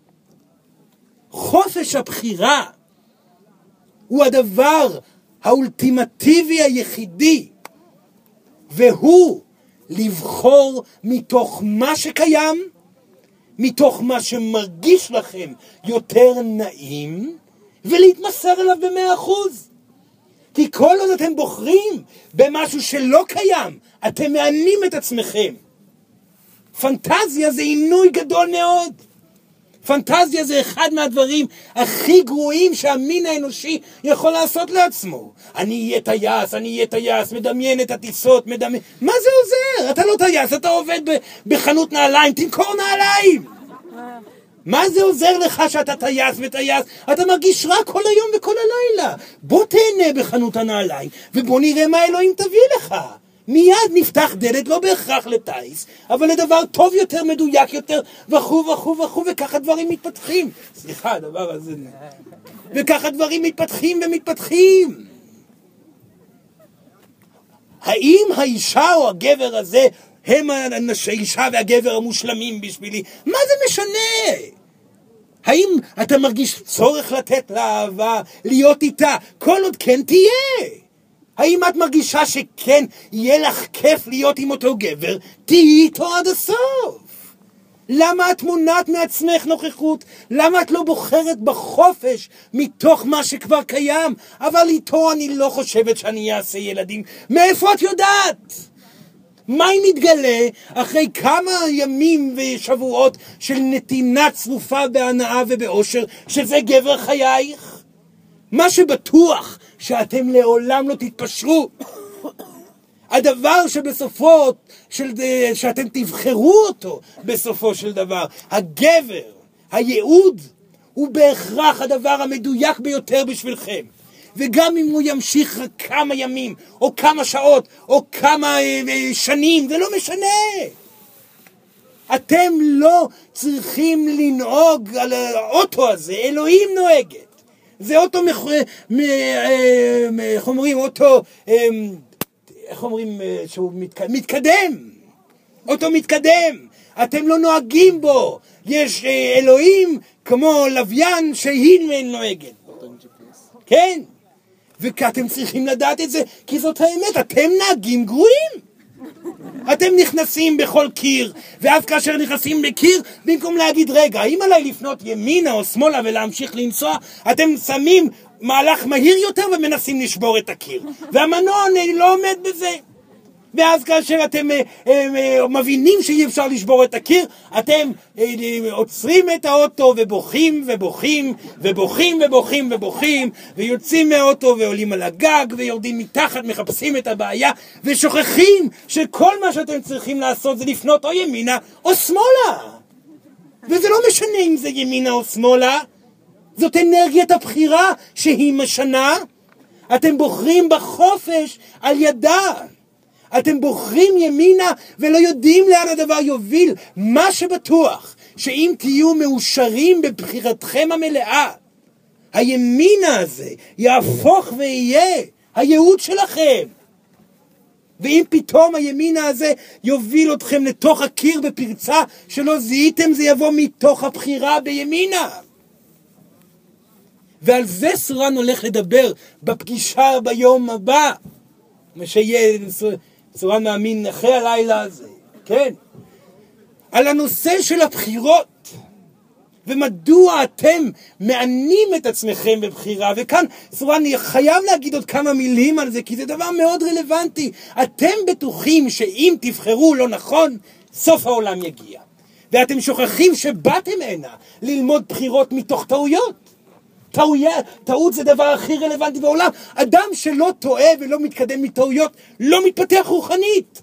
חופש הבחירה הוא הדבר האולטימטיבי היחידי, והוא לבחור מתוך מה שקיים, מתוך מה שמרגיש לכם יותר נעים, ולהתמסר אליו ב100%. כי כל עוד אתם בוחרים במשהו שלא קיים, אתם מענים את עצמכם. פנטזיה זה עינוי גדול מאוד. פנטזיה זה אחד מהדברים הכי גרועים שהמין האנושי יכול לעשות לעצמו. אני אהיה טייס, מדמיין את הטיסות, מה זה עוזר? אתה לא טייס, אתה עובד בחנות נעליים, תמכור נעליים. מה זה עוזר לך שאתה טייס וטייס? אתה מרגיש רע כל היום וכל הלילה. בוא תהנה בחנות הנעליים, ובוא נראה מה אלוהים תביא לך. מיד נפתח דלת, לא בהכרח לטייס, אבל לדבר טוב יותר, מדויק יותר, וכו', וככה דברים מתפתחים. סליחה, הדבר הזה. וככה דברים מתפתחים ומתפתחים. האם האישה או הגבר הזה הם האישה והגבר המושלמים בשבילי? מה זה משנה? האם אתה מרגיש צורך לתת לה אהבה, להיות איתה? כל עוד כן תהיה. האם את מרגישה שכן יהיה לך כיף להיות עם אותו גבר? תהיי איתו עד הסוף. למה את מונעת מעצמך נוכחות? למה את לא בוחרת בחופש מתוך מה שכבר קיים? אבל איתו אני לא חושבת שאני אעשה ילדים. מאיפה את יודעת? מה אם מתגלה אחרי כמה ימים ושבועות של נתינה צרופה בהנאה ובאושר שזה גבר חייך? מה שבטוח שאתם לעולם לא תתפשרו. הדבר שבסופו שאתם תבחרו אותו בסופו של דבר, הגבר, הייעוד, הוא בהכרח הדבר המדויק ביותר בשבילכם. וגם אם הוא ימשיך רק כמה ימים, או כמה שעות, או כמה שנים, זה לא משנה. אתם לא צריכים לנהוג על האוטו הזה, אלוהים נוהגת. זה אוטו, איך אומרים, אוטו, איך אומרים, שהוא מתקדם. אוטו מתקדם. אתם לא נוהגים בו. יש אלוהים כמו לוויין שהיא נוהגת. כן. וכאתם צריכים לדעת את זה, כי זאת האמת, אתם נהגים גרועים. אתם נכנסים בכל קיר, ואז כאשר נכנסים לקיר, במקום להגיד, רגע, האם עליי לפנות ימינה או שמאלה ולהמשיך לנסוע, אתם שמים מהלך מהיר יותר ומנסים לשבור את הקיר. והמנוע לא עומד בזה. ואז כאשר אתם מבינים שאי אפשר לשבור את הקיר, אתם עוצרים את האוטו ובוכים ובוכים ובוכים ובוכים ובוכים, ויוצאים מהאוטו ועולים על הגג ויורדים מתחת, מחפשים את הבעיה ושוכחים שכל מה שאתם צריכים לעשות זה לפנות או ימינה או שמאלה. וזה לא משנה אם זה ימינה או שמאלה, זאת אנרגיית הבחירה שהיא משנה. אתם בוחרים בחופש על ידה. אתם בוחרים ימינה ולא יודעים לאן הדבר יוביל. מה שבטוח, שאם תהיו מאושרים בבחירתכם המלאה, הימינה הזה יהפוך ויהיה הייעוד שלכם. ואם פתאום הימינה הזה יוביל אתכם לתוך הקיר בפרצה שלא זיהיתם, זה יבוא מתוך הבחירה בימינה. ועל זה סורן הולך לדבר בפגישה ביום הבא. מה שיהיה סורן מאמין אחרי הלילה הזה, כן? על הנושא של הבחירות. ומדוע אתם מענים את עצמכם בבחירה? וכאן, סורן, אני חייב להגיד עוד כמה מילים על זה, כי זה דבר מאוד רלוונטי. אתם בטוחים שאם תבחרו לא נכון, סוף העולם יגיע. ואתם שוכחים שבאתם הנה ללמוד בחירות מתוך טעויות. טעות זה דבר הכי רלוונטי בעולם. אדם שלא טועה ולא מתקדם מטעויות, לא מתפתח רוחנית.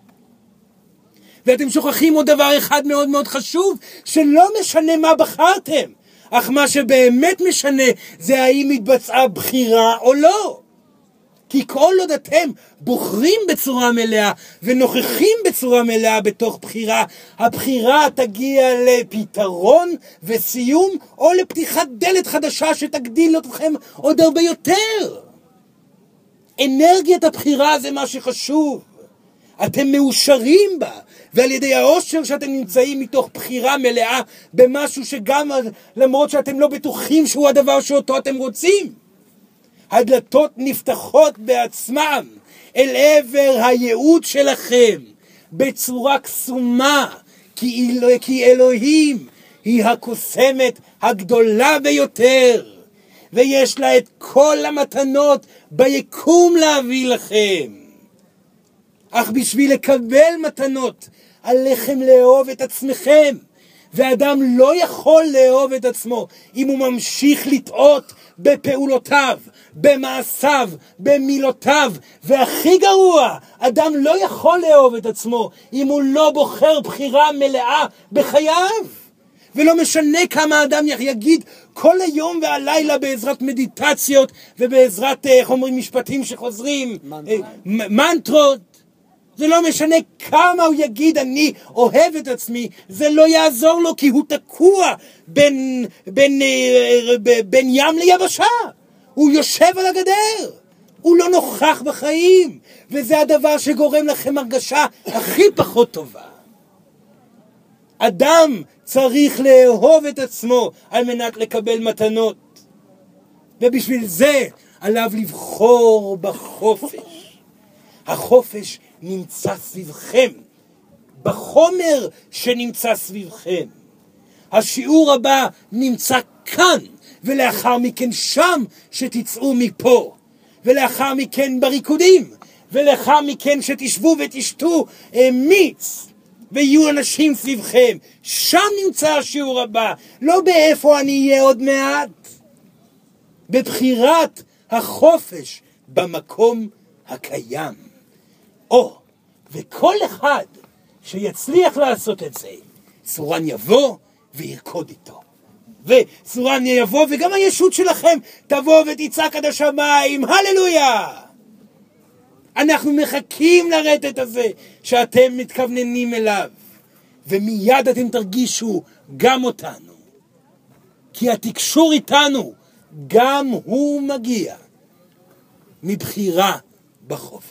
ואתם שוכחים עוד דבר אחד מאוד מאוד חשוב, שלא משנה מה בחרתם, אך מה שבאמת משנה זה האם התבצעה בחירה או לא. כי כל עוד אתם בוחרים בצורה מלאה ונוכחים בצורה מלאה בתוך בחירה, הבחירה תגיע לפתרון וסיום או לפתיחת דלת חדשה שתגדיל אתכם עוד הרבה יותר. אנרגיית הבחירה זה מה שחשוב. אתם מאושרים בה, ועל ידי האושר שאתם נמצאים מתוך בחירה מלאה במשהו שגם למרות שאתם לא בטוחים שהוא הדבר שאותו אתם רוצים, הדלתות נפתחות בעצמם אל עבר הייעוד שלכם בצורה קסומה, כי אלוהים היא הקוסמת הגדולה ביותר, ויש לה את כל המתנות ביקום להביא לכם. אך בשביל לקבל מתנות, עליכם לאהוב את עצמכם. ואדם לא יכול לאהוב את עצמו אם הוא ממשיך לטעות בפעולותיו, במעשיו, במילותיו. והכי גרוע, אדם לא יכול לאהוב את עצמו אם הוא לא בוחר בחירה מלאה בחייו. ולא משנה כמה אדם יגיד כל היום והלילה בעזרת מדיטציות ובעזרת, איך אומרים, משפטים שחוזרים, מנטרות. זה לא משנה כמה הוא יגיד אני אוהב את עצמי, זה לא יעזור לו, כי הוא תקוע בין ים ליבשה. הוא יושב על הגדר, הוא לא נוכח בחיים, וזה הדבר שגורם לכם הרגשה הכי פחות טובה. אדם צריך לאהוב את עצמו על מנת לקבל מתנות, ובשביל זה עליו לבחור בחופש. החופש נמצא סביבכם, בחומר שנמצא סביבכם. השיעור הבא נמצא כאן, ולאחר מכן שם שתצאו מפה, ולאחר מכן בריקודים, ולאחר מכן שתשבו ותשתו מיץ, ויהיו אנשים סביבכם. שם נמצא השיעור הבא, לא באיפה אני אהיה עוד מעט. בבחירת החופש במקום הקיים. וכל אחד שיצליח לעשות את זה, סורן יבוא וירקוד איתו. וסורן יבוא, וגם הישות שלכם תבוא ותצעק עד השמיים, הללויה! אנחנו מחכים לרטט הזה שאתם מתכווננים אליו, ומיד אתם תרגישו גם אותנו, כי התקשור איתנו גם הוא מגיע מבחירה בחופש.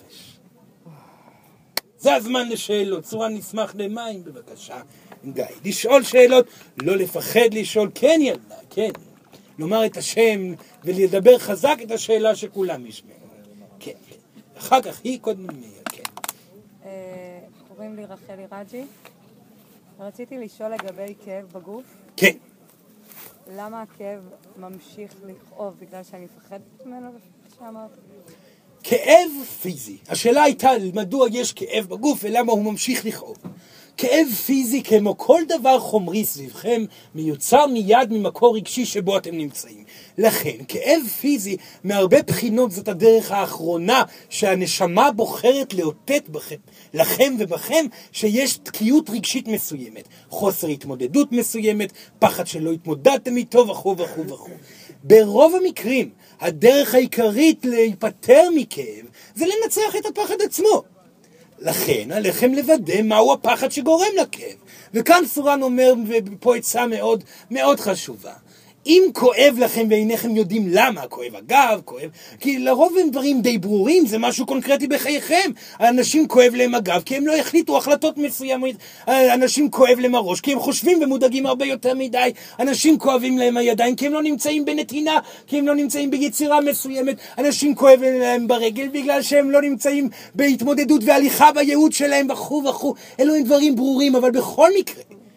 זה הזמן לשאלות. סורן, נשמח למים בבקשה. גיא, לשאול שאלות, לא לפחד לשאול. כן ילדה, כן. לומר את השם ולדבר חזק את השאלה שכולם ישמעו. כן. אחר כך היא קודם מיה, כן. קוראים לי רחלי רג'י. רציתי לשאול לגבי כאב בגוף. כן. למה הכאב ממשיך לכאוב? בגלל שאני מפחדת ממנו שאמרת? כאב פיזי. השאלה הייתה מדוע יש כאב בגוף ולמה הוא ממשיך לכאוב. כאב פיזי, כמו כל דבר חומרי סביבכם, מיוצר מיד ממקור רגשי שבו אתם נמצאים. לכן, כאב פיזי, מהרבה בחינות זאת הדרך האחרונה שהנשמה בוחרת לאותת בכם, לכם ובכם, שיש תקיעות רגשית מסוימת, חוסר התמודדות מסוימת, פחד שלא התמודדתם איתו וכו' וכו' וכו'. ברוב המקרים, הדרך העיקרית להיפטר מכאב זה לנצח את הפחד עצמו. לכן עליכם לוודא מהו הפחד שגורם לכאב. וכאן סורן אומר, ופה עצה מאוד מאוד חשובה, אם כואב לכם ואינכם יודעים למה, כואב הגב, כואב, כי לרוב הם דברים די ברורים, זה משהו קונקרטי בחייכם. אנשים כואב להם הגב כי הם לא החליטו החלטות מסוימות, אנשים כואב להם הראש כי הם חושבים ומודאגים הרבה יותר מדי, אנשים כואבים להם הידיים כי הם לא נמצאים בנתינה, כי הם לא נמצאים ביצירה מסוימת, אנשים כואב להם ברגל בגלל שהם לא נמצאים בהתמודדות והליכה בייעוד שלהם וכו' וכו'. אלו הם דברים ברורים, אבל בכל מקרה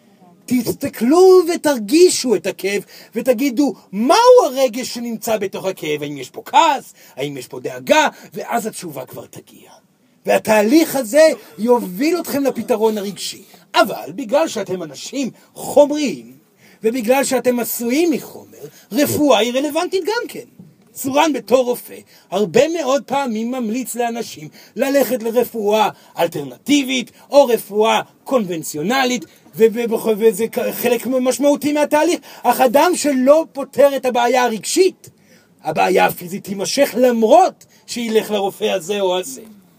תסתכלו ותרגישו את הכאב ותגידו מהו הרגש שנמצא בתוך הכאב, האם יש פה כעס, האם יש פה דאגה, ואז התשובה כבר תגיע. והתהליך הזה יוביל אתכם לפתרון הרגשי. אבל בגלל שאתם אנשים חומריים, ובגלל שאתם עשויים מחומר, רפואה היא רלוונטית גם כן. צורן בתור רופא, הרבה מאוד פעמים ממליץ לאנשים ללכת לרפואה אלטרנטיבית, או רפואה קונבנציונלית, וזה חלק משמעותי מהתהליך. אך אדם שלא פותר את הבעיה הרגשית, הבעיה הפיזית תימשך למרות שילך לרופא הזה או הזה.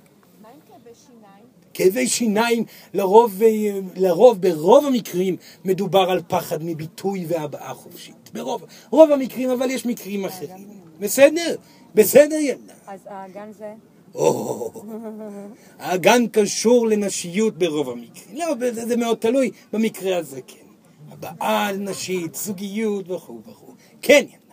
כאבי שיניים, ברוב המקרים מדובר על פחד מביטוי והבעה חופשית. ברוב המקרים, אבל יש מקרים אחרים. בסדר? בסדר ילדה. אז האגן זה? האגן קשור לנשיות ברוב המקרים. לא, זה מאוד תלוי במקרה הזה, כן. הבעה נשית, זוגיות וכו' וכו'. כן ילדה.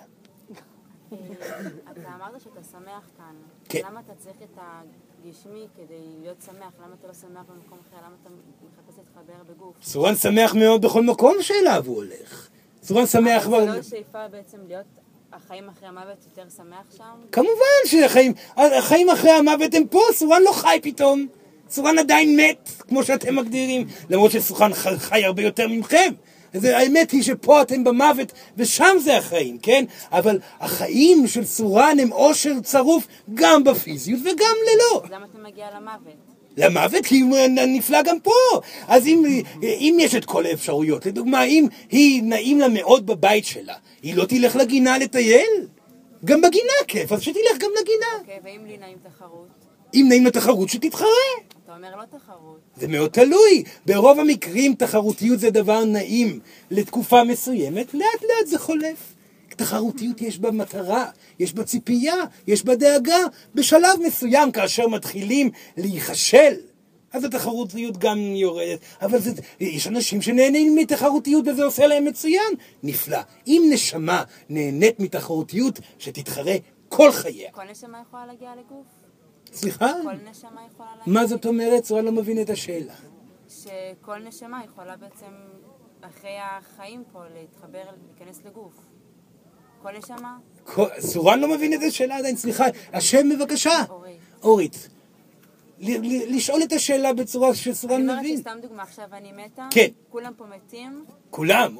אתה אמרת שאתה שמח כאן. כן. למה אתה צריך את הגשמי כדי להיות שמח? למה אתה לא שמח במקום אחר? למה אתה מחפש להתחבר בגוף? צורן שמח מאוד בכל מקום שאליו הוא הולך. צורן שמח... זה לא שאיפה בעצם להיות החיים אחרי המוות יותר שמח שם? כמובן שהחיים אחרי המוות הם פה, צורן לא חי פתאום. צורן עדיין מת, כמו שאתם מגדירים, למרות שצורן חי הרבה יותר ממכם. האמת היא שפה אתם במוות ושם זה החיים, כן? אבל החיים של צורן הם אושר צרוף גם בפיזיות וגם ללא. אז למה אתה מגיע למוות? למוות? כי הוא נפלא גם פה. אז אם יש את כל האפשרויות, לדוגמה, אם היא נעים לה מאוד בבית שלה, היא לא תלך לגינה לטייל? גם בגינה כיף, אז שתלך גם לגינה. אוקיי, ואם לי נעים תחרות? אם נעים לתחרות, שתתחרה. אתה אומר לא תחרות. זה מאוד תלוי. ברוב המקרים תחרותיות זה דבר נעים לתקופה מסוימת, לאט לאט זה חולף. תחרותיות יש בה מטרה, יש בה ציפייה, יש בה דאגה. בשלב מסוים כאשר מתחילים להיחשל, אז התחרותיות גם יורדת. אבל יש אנשים שנהנים מתחרותיות וזה עושה להם מצוין. נפלא. אם נשמה נהנית מתחרותיות, שתתחרה כל חייה. כל נשמה יכולה להגיע לגוף? סליחה? כל נשמה יכולה להגיע? מה זאת אומרת? צורן לא מבין את השאלה. שכל נשמה יכולה בעצם אחרי החיים פה להתחבר, להיכנס לגוף. כל נשמה? צורן לא מבין את השאלה עדיין, סליחה. השם בבקשה. אורית. אורית. לשאול את השאלה בצורה שצורן אני מבין. אומרת שסתם דוגמה, עכשיו אני מתה. כן. כולם פה מתים. כולם,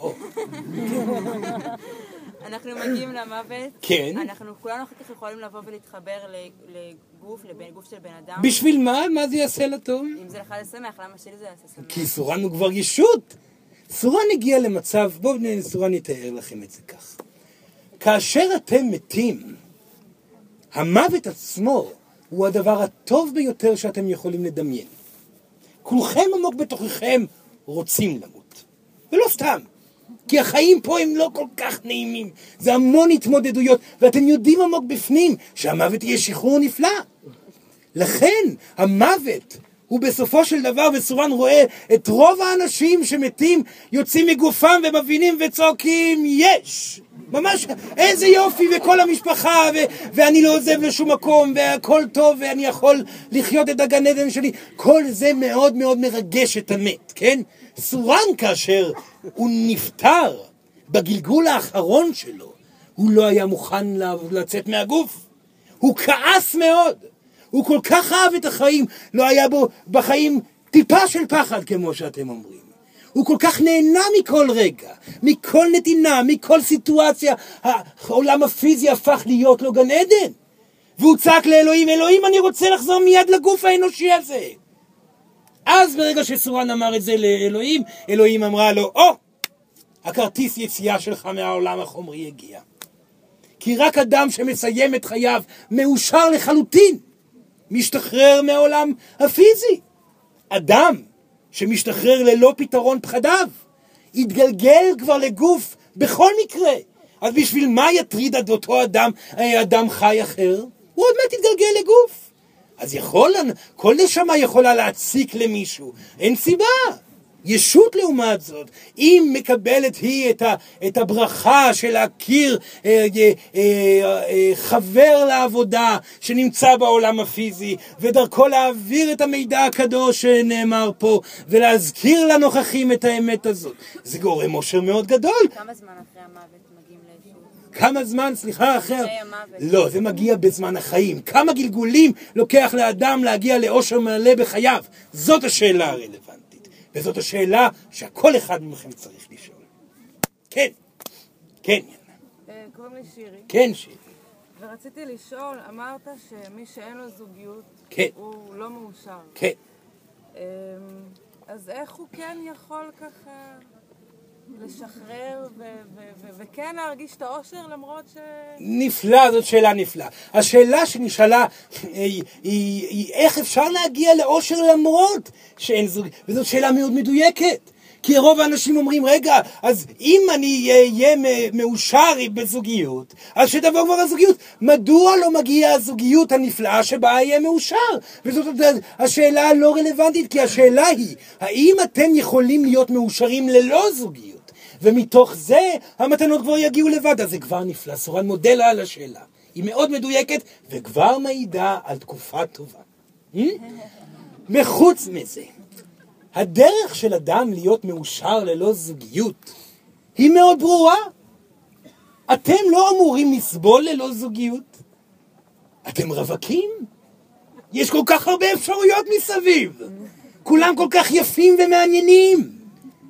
אנחנו מגיעים למוות. כן. אנחנו כולנו אחר כך יכולים לבוא ולהתחבר לגוף, לגוף של בן אדם. בשביל מה? מה זה יעשה לטוב? אם זה לך לשמח, למה שלי זה יעשה שמח? כי צורן הוא כבר ישות. צורן הגיע למצב, בואו צורן יתאר לכם את זה כך. כאשר אתם מתים, המוות עצמו הוא הדבר הטוב ביותר שאתם יכולים לדמיין. כולכם עמוק בתוככם רוצים למות. ולא סתם. כי החיים פה הם לא כל כך נעימים. זה המון התמודדויות, ואתם יודעים עמוק בפנים שהמוות יהיה שחרור נפלא. לכן המוות הוא בסופו של דבר, וצורן רואה את רוב האנשים שמתים יוצאים מגופם ומבינים וצועקים יש. ממש איזה יופי וכל המשפחה ואני לא עוזב לשום מקום והכל טוב ואני יכול לחיות את הגן עדן שלי. כל זה מאוד מאוד מרגש את המת, כן? צורן כאשר הוא נפטר בגלגול האחרון שלו, הוא לא היה מוכן לצאת מהגוף. הוא כעס מאוד. הוא כל כך אהב את החיים, לא היה בו בחיים טיפה של פחד כמו שאתם אומרים. הוא כל כך נהנה מכל רגע, מכל נתינה, מכל סיטואציה. העולם הפיזי הפך להיות לו גן עדן. והוא צעק לאלוהים, אלוהים אני רוצה לחזור מיד לגוף האנושי הזה. אז ברגע שצורן אמר את זה לאלוהים, אלוהים אמרה לו, הכרטיס יציאה שלך מהעולם החומרי הגיע. כי רק אדם שמסיים את חייו מאושר לחלוטין, משתחרר מהעולם הפיזי. אדם שמשתחרר ללא פתרון פחדיו, יתגלגל כבר לגוף בכל מקרה. אז בשביל מה יטריד עד אותו אדם חי אחר? הוא עוד מעט יתגלגל לגוף. אז כל נשמה יכולה להציק למישהו. אין סיבה. ישות לעומת זאת, אם מקבלת היא את הברכה של להכיר חבר לעבודה שנמצא בעולם הפיזי, ודרכו להעביר את המידע הקדוש שנאמר פה, ולהזכיר לנוכחים את האמת הזאת, זה גורם אושר מאוד גדול. כמה זמן אחרי המוות מגיעים לישות? כמה זמן, סליחה, אחרי המוות. לא, זה מגיע בזמן החיים. כמה גלגולים לוקח לאדם להגיע לאושר מלא בחייו? זאת השאלה הרלוונטית. וזאת השאלה שכל אחד מכם צריך לשאול. כן, כן. קוראים לי שירי. כן, שירי. ורציתי לשאול, אמרת שמי שאין לו זוגיות, כן. הוא לא מאושר. כן. אז איך הוא כן יכול ככה לשחרר וכן להרגיש את האושר למרות נפלא, זאת שאלה נפלאה. השאלה שנשאלה היא איך אפשר להגיע לאושר למרות שאין זוגיות, וזאת שאלה מאוד מדויקת. כי רוב האנשים אומרים, רגע, אז אם אני אהיה מאושר בזוגיות, אז שתבוא כבר הזוגיות. מדוע לא מגיעה הזוגיות הנפלאה שבה יהיה מאושר? וזאת השאלה הלא רלוונטית, כי השאלה היא, האם אתם יכולים להיות מאושרים ללא זוגיות? ומתוך זה המתנות כבר יגיעו לבד. אז זה כבר נפלא. סורן מודה לה על השאלה. היא מאוד מדויקת וכבר מעידה על תקופה טובה. מחוץ מזה, הדרך של אדם להיות מאושר ללא זוגיות היא מאוד ברורה. אתם לא אמורים לסבול ללא זוגיות. אתם רווקים. יש כל כך הרבה אפשרויות מסביב. כולם כל כך יפים ומעניינים.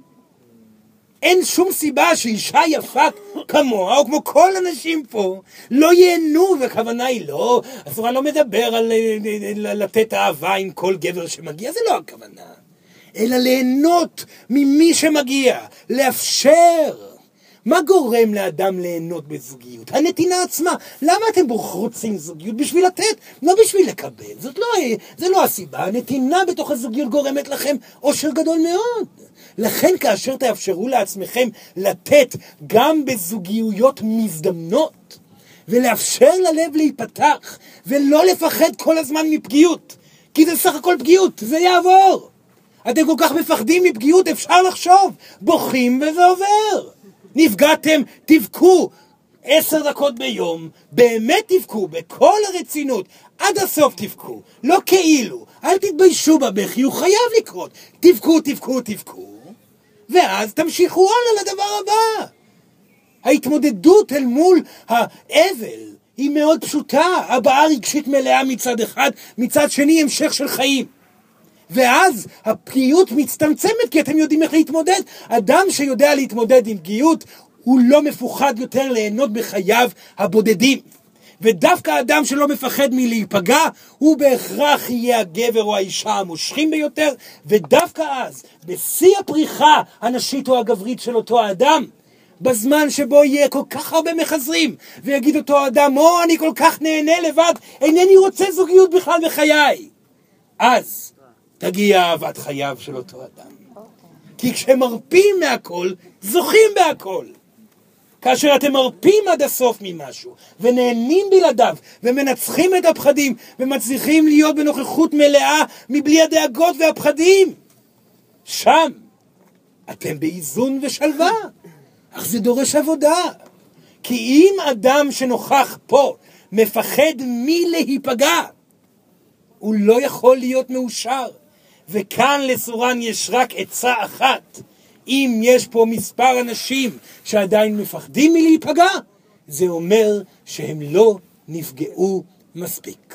אין שום סיבה שאישה יפה כמוה, או כמו כל אנשים פה, לא ייהנו, והכוונה היא לא, הסורה לא מדבר על לתת אהבה עם כל גבר שמגיע, זה לא הכוונה. אלא ליהנות ממי שמגיע, לאפשר. מה גורם לאדם ליהנות בזוגיות? הנתינה עצמה. למה אתם רוצים זוגיות? בשביל לתת, לא בשביל לקבל. זה לא הסיבה. הנתינה בתוך הזוגיות גורמת לכם אושר גדול מאוד. לכן כאשר תאפשרו לעצמכם לתת גם בזוגיות מזדמנות, ולאפשר ללב להיפתח, ולא לפחד כל הזמן מפגיעות, כי זה סך הכל פגיעות, זה יעבור. אתם כל כך מפחדים מפגיעות, אפשר לחשוב, בוכים וזה עובר. נפגעתם, תבכו 10 דקות ביום, באמת תבכו בכל הרצינות, עד הסוף תבכו, לא כאילו, אל תתביישו בבכי, הוא חייב לקרות, תבכו, תבכו, תבכו, ואז תמשיכו הלאה לדבר הבא. ההתמודדות אל מול האבל היא מאוד פשוטה, הבעה רגשית מלאה מצד אחד, מצד שני המשך של חיים. ואז הפגיעות מצטמצמת כי אתם יודעים איך להתמודד. אדם שיודע להתמודד עם פגיעות הוא לא מפוחד יותר ליהנות בחייו הבודדים. ודווקא אדם שלא מפחד מלהיפגע הוא בהכרח יהיה הגבר או האישה המושכים ביותר, ודווקא אז בשיא הפריחה הנשית או הגברית של אותו האדם, בזמן שבו יהיה כל כך הרבה מחזרים ויגיד אותו אדם, אני כל כך נהנה לבד, אינני רוצה זוגיות בכלל בחיי, אז תגיע אהבת חייו של אותו אדם. כי כשמרפים מהכל, זוכים בהכל. כאשר אתם מרפים עד הסוף ממשהו, ונהנים בלעדיו, ומנצחים את הפחדים, ומצליחים להיות בנוכחות מלאה, מבלי הדאגות והפחדים, שם אתם באיזון ושלווה. אך זה דורש עבודה. כי אם אדם שנוכח פה מפחד מלהיפגע, הוא לא יכול להיות מאושר. וכאן לסורן יש רק עצה אחת. אם יש פה מספר אנשים שעדיין מפחדים מלהיפגע, זה אומר שהם לא נפגעו מספיק.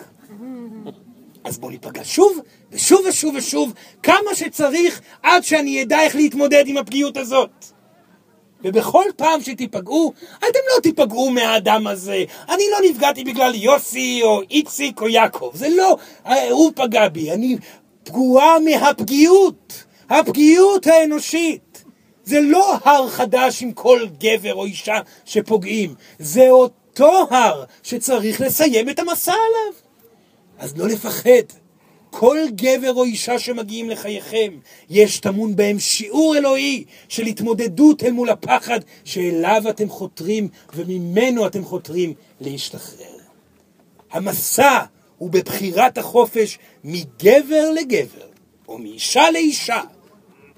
אז בואו ניפגע שוב ושוב ושוב ושוב, כמה שצריך, עד שאני ידע איך להתמודד עם הפגיעות הזאת. ובכל פעם שתיפגעו, אתם לא תיפגעו מהאדם הזה. אני לא נפגעתי בגלל יוסי או איציק או יעקב. זה לא, הוא פגע בי. אני פגועה מהפגיעות. הפגיעות האנושית. זה לא הר חדש עם כל גבר או אישה שפוגעים. זה אותו הר שצריך לסיים את המסע עליו. אז לא לפחד. כל גבר או אישה שמגיעים לחייכם, יש טמון בהם שיעור אלוהי של התמודדות אל מול הפחד שאליו אתם חותרים וממנו אתם חותרים להשתחרר. המסע הוא בבחירת החופש מגבר לגבר או מאישה לאישה.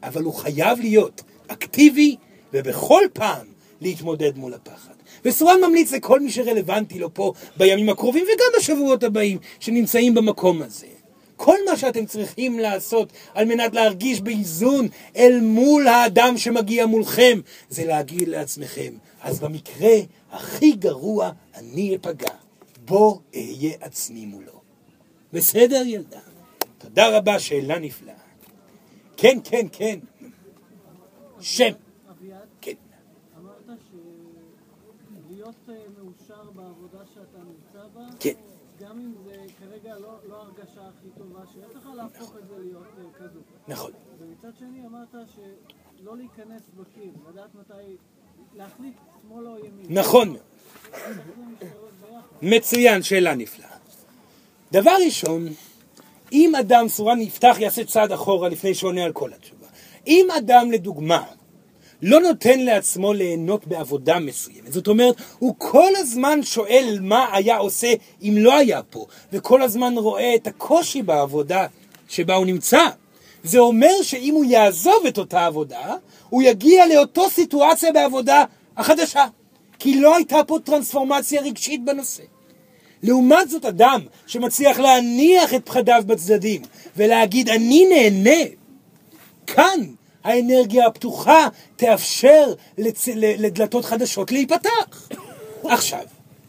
אבל הוא חייב להיות אקטיבי, ובכל פעם להתמודד מול הפחד. וסורן ממליץ לכל מי שרלוונטי לו פה בימים הקרובים, וגם בשבועות הבאים שנמצאים במקום הזה. כל מה שאתם צריכים לעשות על מנת להרגיש באיזון אל מול האדם שמגיע מולכם, זה להגיד לעצמכם, אז במקרה הכי גרוע אני אפגע, בוא אהיה עצמי מולו. בסדר ילדה? תודה רבה, שאלה נפלאה. כן, כן, כן. שם. כן. אמרת שלהיות מאושר בעבודה שאתה נמצא בה, כן. גם אם זה כרגע לא הרגשה הכי טובה, שיש לך להפוך את זה להיות כזו. נכון. ומצד שני אמרת שלא להיכנס בקיר, לדעת מתי, להחליט שמאל או ימין. נכון מאוד. איך זה משתלב ביחד? מצוין, שאלה נפלאה. דבר ראשון, אם אדם, סורן יפתח, יעשה צעד אחורה לפני שעונה על כל התשובה. אם אדם, לדוגמה, לא נותן לעצמו ליהנות בעבודה מסוימת, זאת אומרת, הוא כל הזמן שואל מה היה עושה אם לא היה פה, וכל הזמן רואה את הקושי בעבודה שבה הוא נמצא. זה אומר שאם הוא יעזוב את אותה עבודה, הוא יגיע לאותו סיטואציה בעבודה החדשה, כי לא הייתה פה טרנספורמציה רגשית בנושא. לעומת זאת, אדם שמצליח להניח את פחדיו בצדדים ולהגיד אני נהנה, כאן האנרגיה הפתוחה תאפשר לדלתות חדשות להיפתח. עכשיו,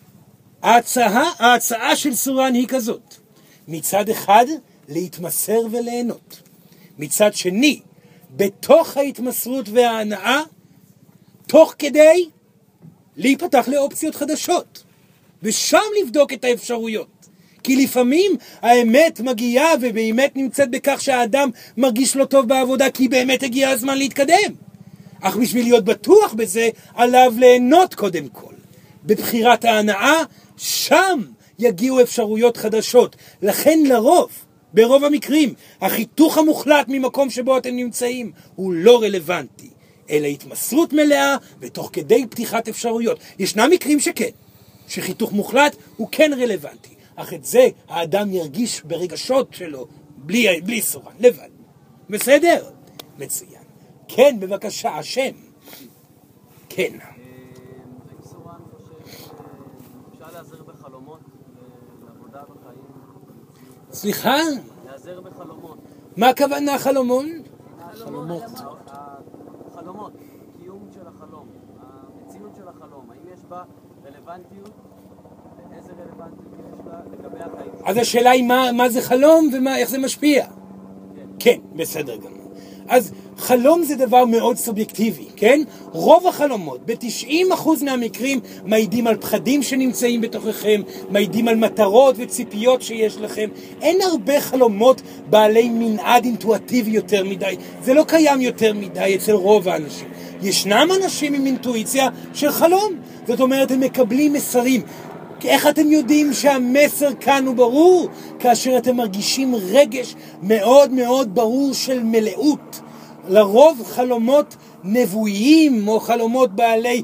ההצעה של סורן היא כזאת: מצד אחד להתמסר וליהנות, מצד שני בתוך ההתמסרות וההנאה תוך כדי להיפתח לאופציות חדשות, ושם לבדוק את האפשרויות. כי לפעמים האמת מגיעה ובאמת נמצאת בכך שהאדם מרגיש לא טוב בעבודה, כי באמת הגיע הזמן להתקדם. אך בשביל להיות בטוח בזה, עליו ליהנות קודם כל. בבחירת ההנאה, שם יגיעו אפשרויות חדשות. לכן לרוב, ברוב המקרים, החיתוך המוחלט ממקום שבו אתם נמצאים הוא לא רלוונטי, אלא התמסרות מלאה ותוך כדי פתיחת אפשרויות. ישנם מקרים שכן, שחיתוך מוחלט הוא כן רלוונטי, אך את זה האדם ירגיש ברגשות שלו בלי סורן, לבד. בסדר? מצוין. כן, בבקשה, השם. כן. סורן חושב שאפשר להיעזר בחלומות לעבודה בחיים. סליחה? להיעזר בחלומות. מה הכוונה חלומון? חלומות. חלומות, קיום של החלום, המציאות של החלום, האם יש בה רלוונטיות, ואיזה רלוונטיות יש לה לגבי החיים? אז השאלה היא מה זה חלום ואיך זה משפיע. כן, בסדר גמור. אז חלום זה דבר מאוד סובייקטיבי, כן? רוב החלומות, ב-90% מהמקרים, מעידים על פחדים שנמצאים בתוככם, מעידים על מטרות וציפיות שיש לכם. אין הרבה חלומות בעלי מנעד אינטואטיבי יותר מדי. זה לא קיים יותר מדי אצל רוב האנשים. ישנם אנשים עם אינטואיציה של חלום. זאת אומרת, הם מקבלים מסרים. איך אתם יודעים שהמסר כאן הוא ברור? כאשר אתם מרגישים רגש מאוד מאוד ברור של מלאות. לרוב חלומות נבואיים או חלומות בעלי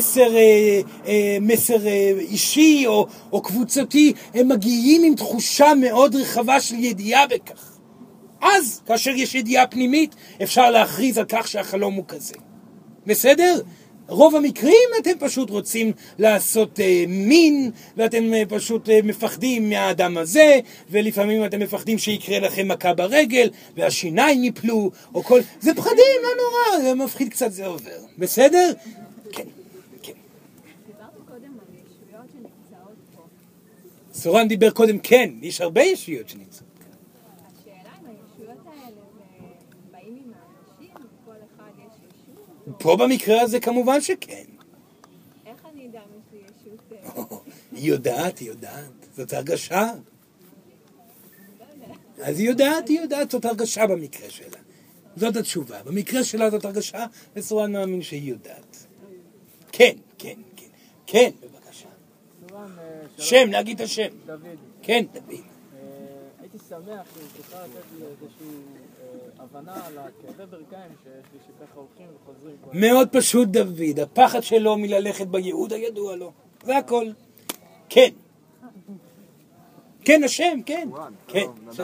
מסר אישי או קבוצתי, הם מגיעים עם תחושה מאוד רחבה של ידיעה בכך. אז כאשר יש ידיעה פנימית, אפשר להכריז על כך שהחלום הוא כזה. בסדר? רוב המקרים אתם פשוט רוצים לעשות מין, ואתם פשוט מפחדים מהאדם הזה, ולפעמים אתם מפחדים שיקרה לכם מכה ברגל, והשיניים יפלו, או כל... זה פחדים, לא נורא, זה מפחיד קצת, זה עובר. בסדר? כן, כן. דיברת קודם על ישויות שנמצאות פה. סורן דיבר קודם, כן, יש הרבה ישויות שנמצאות. השאלה אם הישויות האלה באים עם האנשים, כל אחד יש ישות. פה במקרה הזה כמובן שכן. איך אני אדע אם יש לי ישות? היא יודעת. זאת הרגשה. אז היא יודעת, זאת הרגשה במקרה שלה. זאת התשובה. במקרה שלה זאת הרגשה, וסורן מאמין שהיא יודעת. כן, בבקשה. שם, להגיד את השם. דוד. כן, דוד. הייתי שמח אם תוכל לתת לי איזושהי הבנה על הכאבי ברכיים שיש לי שככה הולכים וחוזרים. מאוד פשוט דוד, הפחד שלו מללכת בייעוד הידוע לו. זה הכל. כן. כן, השם, כן. כן, שלום.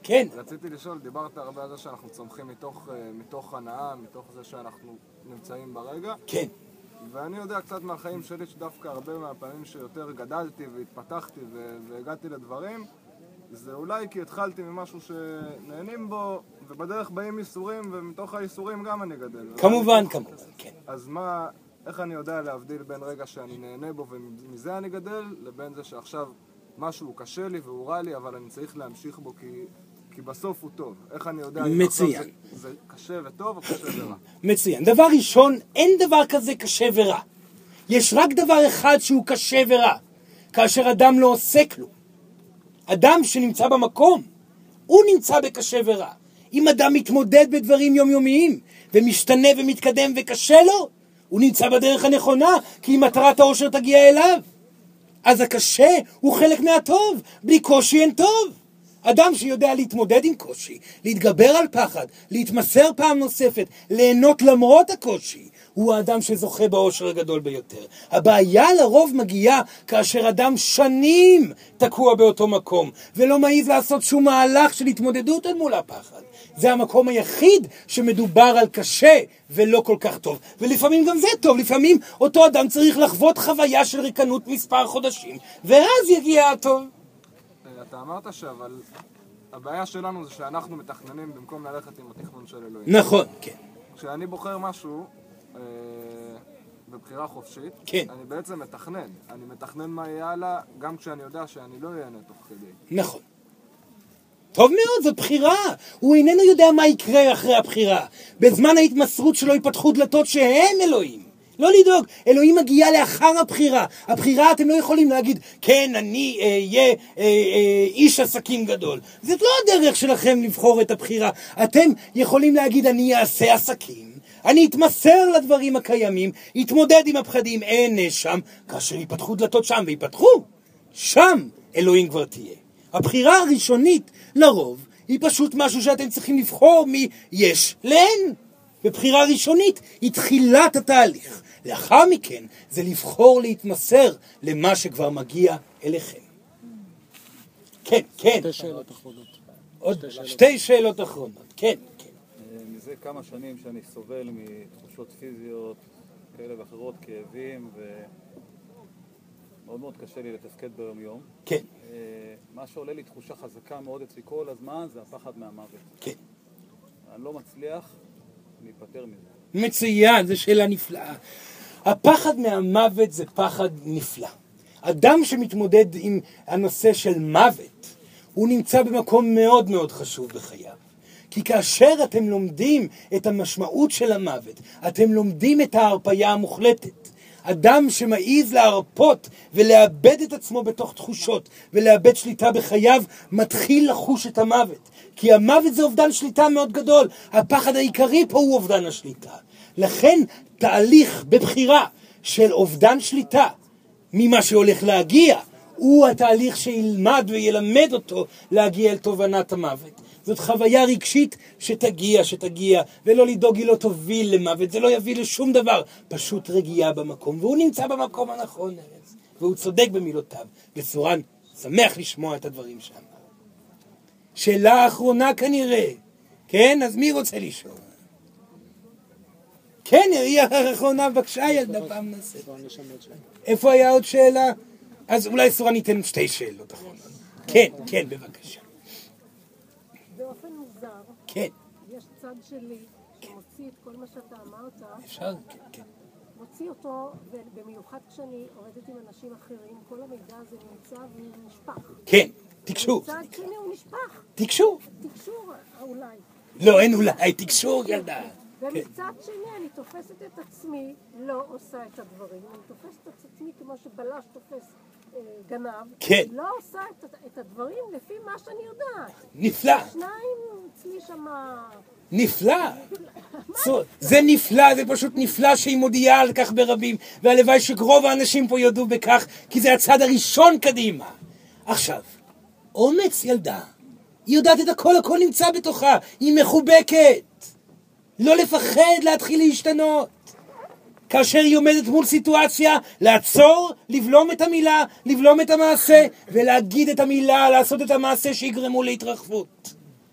כן. רציתי לשאול, דיברת הרבה על זה שאנחנו צומחים מתוך הנאה, מתוך זה שאנחנו נמצאים ברגע. כן. ואני יודע קצת מהחיים שלי שדווקא הרבה מהפעמים שיותר גדלתי והתפתחתי והגעתי לדברים, זה אולי כי התחלתי ממשהו שנהנים בו, ובדרך באים ייסורים, ומתוך הייסורים גם אני גדל. כמובן, כן. אז איך אני יודע להבדיל בין רגע שאני נהנה בו ומזה אני גדל, לבין זה שעכשיו משהו קשה לי והוא רע לי, אבל אני צריך להמשיך בו כי בסוף הוא טוב. איך אני יודע אם מצוין. זה קשה וטוב או קשה ורע? מצוין. דבר ראשון, אין דבר כזה קשה ורע. יש רק דבר אחד שהוא קשה ורע, כאשר אדם לא עושה כלום. אדם שנמצא במקום, הוא נמצא בקשה ורע. אם אדם מתמודד בדברים יומיומיים, ומשתנה ומתקדם וקשה לו, הוא נמצא בדרך הנכונה, כי מטרת האושר תגיע אליו. אז הקשה הוא חלק מהטוב, בלי קושי אין טוב. אדם שיודע להתמודד עם קושי, להתגבר על פחד, להתמסר פעם נוספת, ליהנות למרות הקושי, הוא האדם שזוכה באושר הגדול ביותר. הבעיה לרוב מגיעה כאשר אדם שנים תקוע באותו מקום, ולא מעיז לעשות שום מהלך של התמודדות אל מול הפחד. זה המקום היחיד שמדובר על קשה ולא כל כך טוב. ולפעמים גם זה טוב, לפעמים אותו אדם צריך לחוות חוויה של ריקנות מספר חודשים, ואז יגיע הטוב. אתה אמרת אבל הבעיה שלנו זה שאנחנו מתכננים במקום ללכת עם התכנון של אלוהים. נכון, כן. כשאני בוחר משהו בבחירה חופשית, כן. אני בעצם מתכנן. אני מתכנן מה יהיה הלאה, גם כשאני יודע שאני לא אענה תוך כדי. נכון. טוב מאוד, זו בחירה. הוא איננו יודע מה יקרה אחרי הבחירה. בזמן ההתמסרות שלו ייפתחו דלתות שהם אלוהים. לא לדאוג, אלוהים מגיע לאחר הבחירה. הבחירה אתם לא יכולים להגיד, כן, אני אהיה איש עסקים גדול. זאת לא הדרך שלכם לבחור את הבחירה. אתם יכולים להגיד, אני אעשה עסקים. אני אתמסר לדברים הקיימים, אתמודד עם הפחדים, אין שם, כאשר ייפתחו דלתות שם ויפתחו. שם אלוהים כבר תהיה. הבחירה הראשונית לרוב היא פשוט משהו שאתם צריכים לבחור מיש לאין. בבחירה ראשונית היא תחילת התהליך. לאחר מכן זה לבחור להתמסר למה שכבר מגיע אליכם. כן, כן. שתי שאלות אחרונות. עוד שתי שאלות אחרונות. כן, כן. מזה כמה שנים שאני סובל מתחושות פיזיות כאלה ואחרות, כאבים, ומאוד מאוד קשה לי לתפקד ביום יום. כן. מה שעולה לי תחושה חזקה מאוד אצלי כל הזמן זה הפחד מהמוות. כן. אני לא מצליח להיפטר מזה. מצוין, זו שאלה נפלאה. הפחד מהמוות זה פחד נפלא. אדם שמתמודד עם הנושא של מוות, הוא נמצא במקום מאוד מאוד חשוב בחייו. כי כאשר אתם לומדים את המשמעות של המוות, אתם לומדים את ההרפאיה המוחלטת. אדם שמעיז להרפות ולאבד את עצמו בתוך תחושות ולאבד שליטה בחייו, מתחיל לחוש את המוות. כי המוות זה אובדן שליטה מאוד גדול. הפחד העיקרי פה הוא אובדן השליטה. לכן תהליך בבחירה של אובדן שליטה ממה שהולך להגיע, הוא התהליך שילמד וילמד אותו להגיע אל תובנת המוות. זאת חוויה רגשית שתגיע, ולא לדאוג, היא לא תוביל למוות, זה לא יביא לשום דבר, פשוט רגיעה במקום, והוא נמצא במקום הנכון, ארז, והוא צודק במילותיו, וסורן שמח לשמוע את הדברים שם. שאלה אחרונה כנראה, כן? אז מי רוצה לשאול? כן, היא האחרונה, בבקשה ילדה, פעם נעשה. איפה היה עוד שאלה? אז אולי סורן ניתן שתי שאלות אחרונות. כן, כן, בבקשה. באופן מוזר, כן. יש צד שלי שמוציא את כל מה שאתה אמרת, אפשר? כן, כן. מוציא אותו, ובמיוחד כשאני עובדת עם אנשים אחרים, כל המידע הזה נמצא והוא נשפך. כן, תקשור. מצד שני הוא נשפך. תקשור. תקשור אולי. לא, אין אולי, תקשור ילדה. ומצד שני אני תופסת את עצמי, לא עושה את הדברים. אני תופסת את עצמי כמו שבלש תופס גנב. כן. לא עושה את הדברים לפי מה שאני יודעת. נפלא. שניים אצלי שמה... נפלא. זה נפלא, זה פשוט נפלא שהיא מודיעה על כך ברבים, והלוואי שרוב האנשים פה יודעו בכך, כי זה הצד הראשון קדימה. עכשיו, אומץ ילדה. היא יודעת את הכל, הכל נמצא בתוכה. היא מחובקת. לא לפחד להתחיל להשתנות. כאשר היא עומדת מול סיטואציה, לעצור, לבלום את המילה, לבלום את המעשה, ולהגיד את המילה, לעשות את המעשה שיגרמו להתרחבות.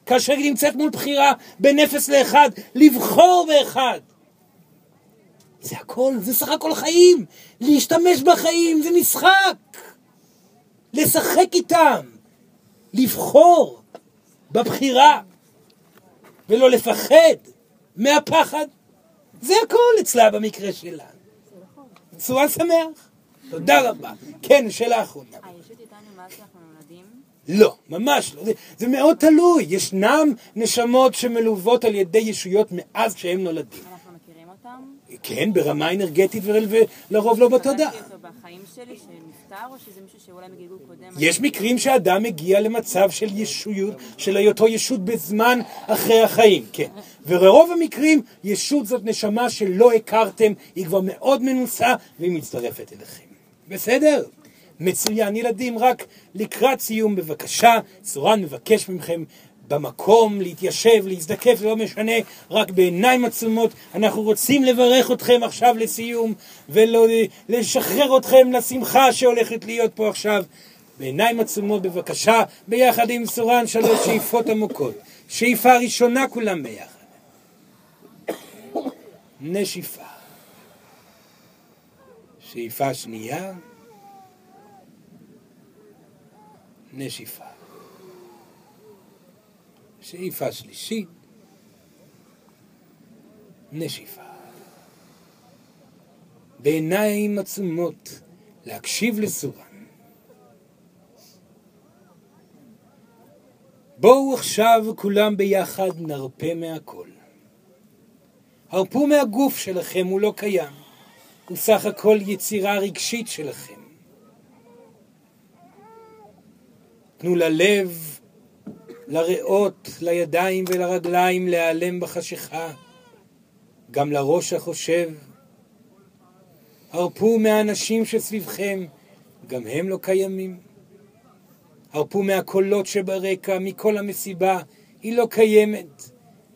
כאשר היא נמצאת מול בחירה בין 0 ל-1, לבחור באחד. זה הכל, זה סך הכל חיים. להשתמש בחיים, זה משחק. לשחק איתם. לבחור בבחירה. ולא לפחד מהפחד. זה הכל אצלה במקרה שלה. צורה שמח. תודה רבה. כן, שאלה אחרונה. הישות איתנו מאז שאנחנו נולדים? לא, ממש לא. זה מאוד תלוי. ישנם נשמות שמלוות על ידי ישויות מאז שהם נולדים. אנחנו מכירים אותם? כן, ברמה אנרגטית ולרוב לא בתודעה. פגשתי אותו בחיים שלי שנפטר, או שזה מישהו שאולי מגלגול קודם? יש מקרים שאדם מגיע למצב של ישויות, של היותו ישות בזמן אחרי החיים, כן. ורוב המקרים, ישות זאת נשמה שלא הכרתם, היא כבר מאוד מנוסה והיא מצטרפת אליכם. בסדר? מצוין. ילדים, רק לקראת סיום בבקשה, סורן מבקש מכם במקום להתיישב, להזדקף, לא משנה, רק בעיניים עצומות. אנחנו רוצים לברך אתכם עכשיו לסיום, ולשחרר אתכם לשמחה שהולכת להיות פה עכשיו. בעיניים עצומות בבקשה, ביחד עם סורן 3 שאיפות עמוקות. שאיפה ראשונה כולם ביחד. נשיפה. שאיפה שנייה. נשיפה. שאיפה שלישית. נשיפה. בעיניים עצומות להקשיב לסורן. בואו עכשיו כולם ביחד נרפה מהכל. הרפו מהגוף שלכם, הוא לא קיים. הוא סך הכל יצירה רגשית שלכם. תנו ללב, לריאות, לידיים ולרגליים להיעלם בחשיכה, גם לראש החושב. הרפו מהאנשים שסביבכם, גם הם לא קיימים. הרפו מהקולות שברקע, מכל המסיבה, היא לא קיימת.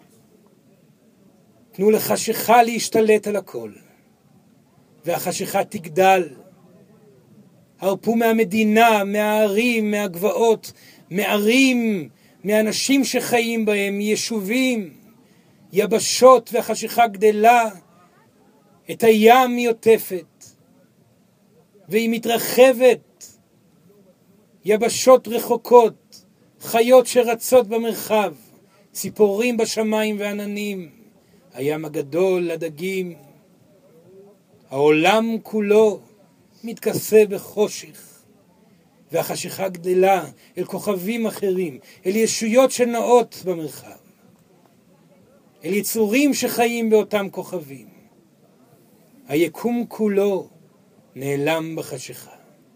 תנו לחשיכה להשתלט על הכל, והחשיכה תגדל. הרפו מהמדינה, מהערים, מהגבעות, מערים, מאנשים שחיים בהם, יישובים, יבשות, והחשיכה גדלה. את הים היא עוטפת, והיא מתרחבת. יבשות רחוקות, חיות שרצות במרחב, ציפורים בשמיים ועננים, הים הגדול, הדגים. העולם כולו מתכסה בחושך, והחשיכה גדלה אל כוכבים אחרים, אל ישויות שנעות במרחב, אל יצורים שחיים באותם כוכבים. היקום כולו נעלם בחשיכה.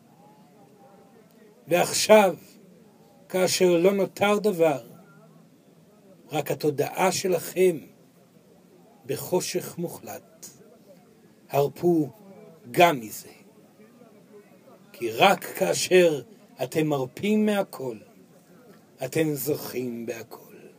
ועכשיו, כאשר לא נותר דבר, רק התודעה שלכם בחושך מוחלט, הרפו גם מזה. כי רק כאשר אתם מרפים מהכל, אתם זוכים בהכל.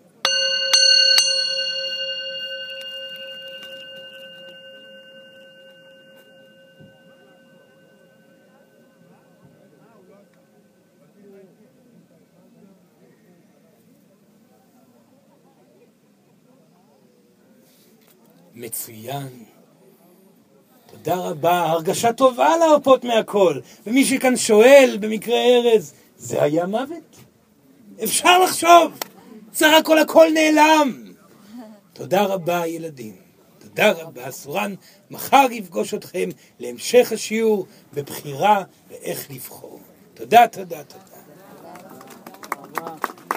מצוין. תודה רבה. הרגשה טובה להרפות מהכל. ומי שכאן שואל, במקרה ארז, זה היה מוות? אפשר לחשוב. סך הכל נעלם. תודה רבה ילדים. תודה רבה. סורן מחר יפגוש אתכם להמשך השיעור בבחירה ואיך לבחור. תודה, תודה, תודה.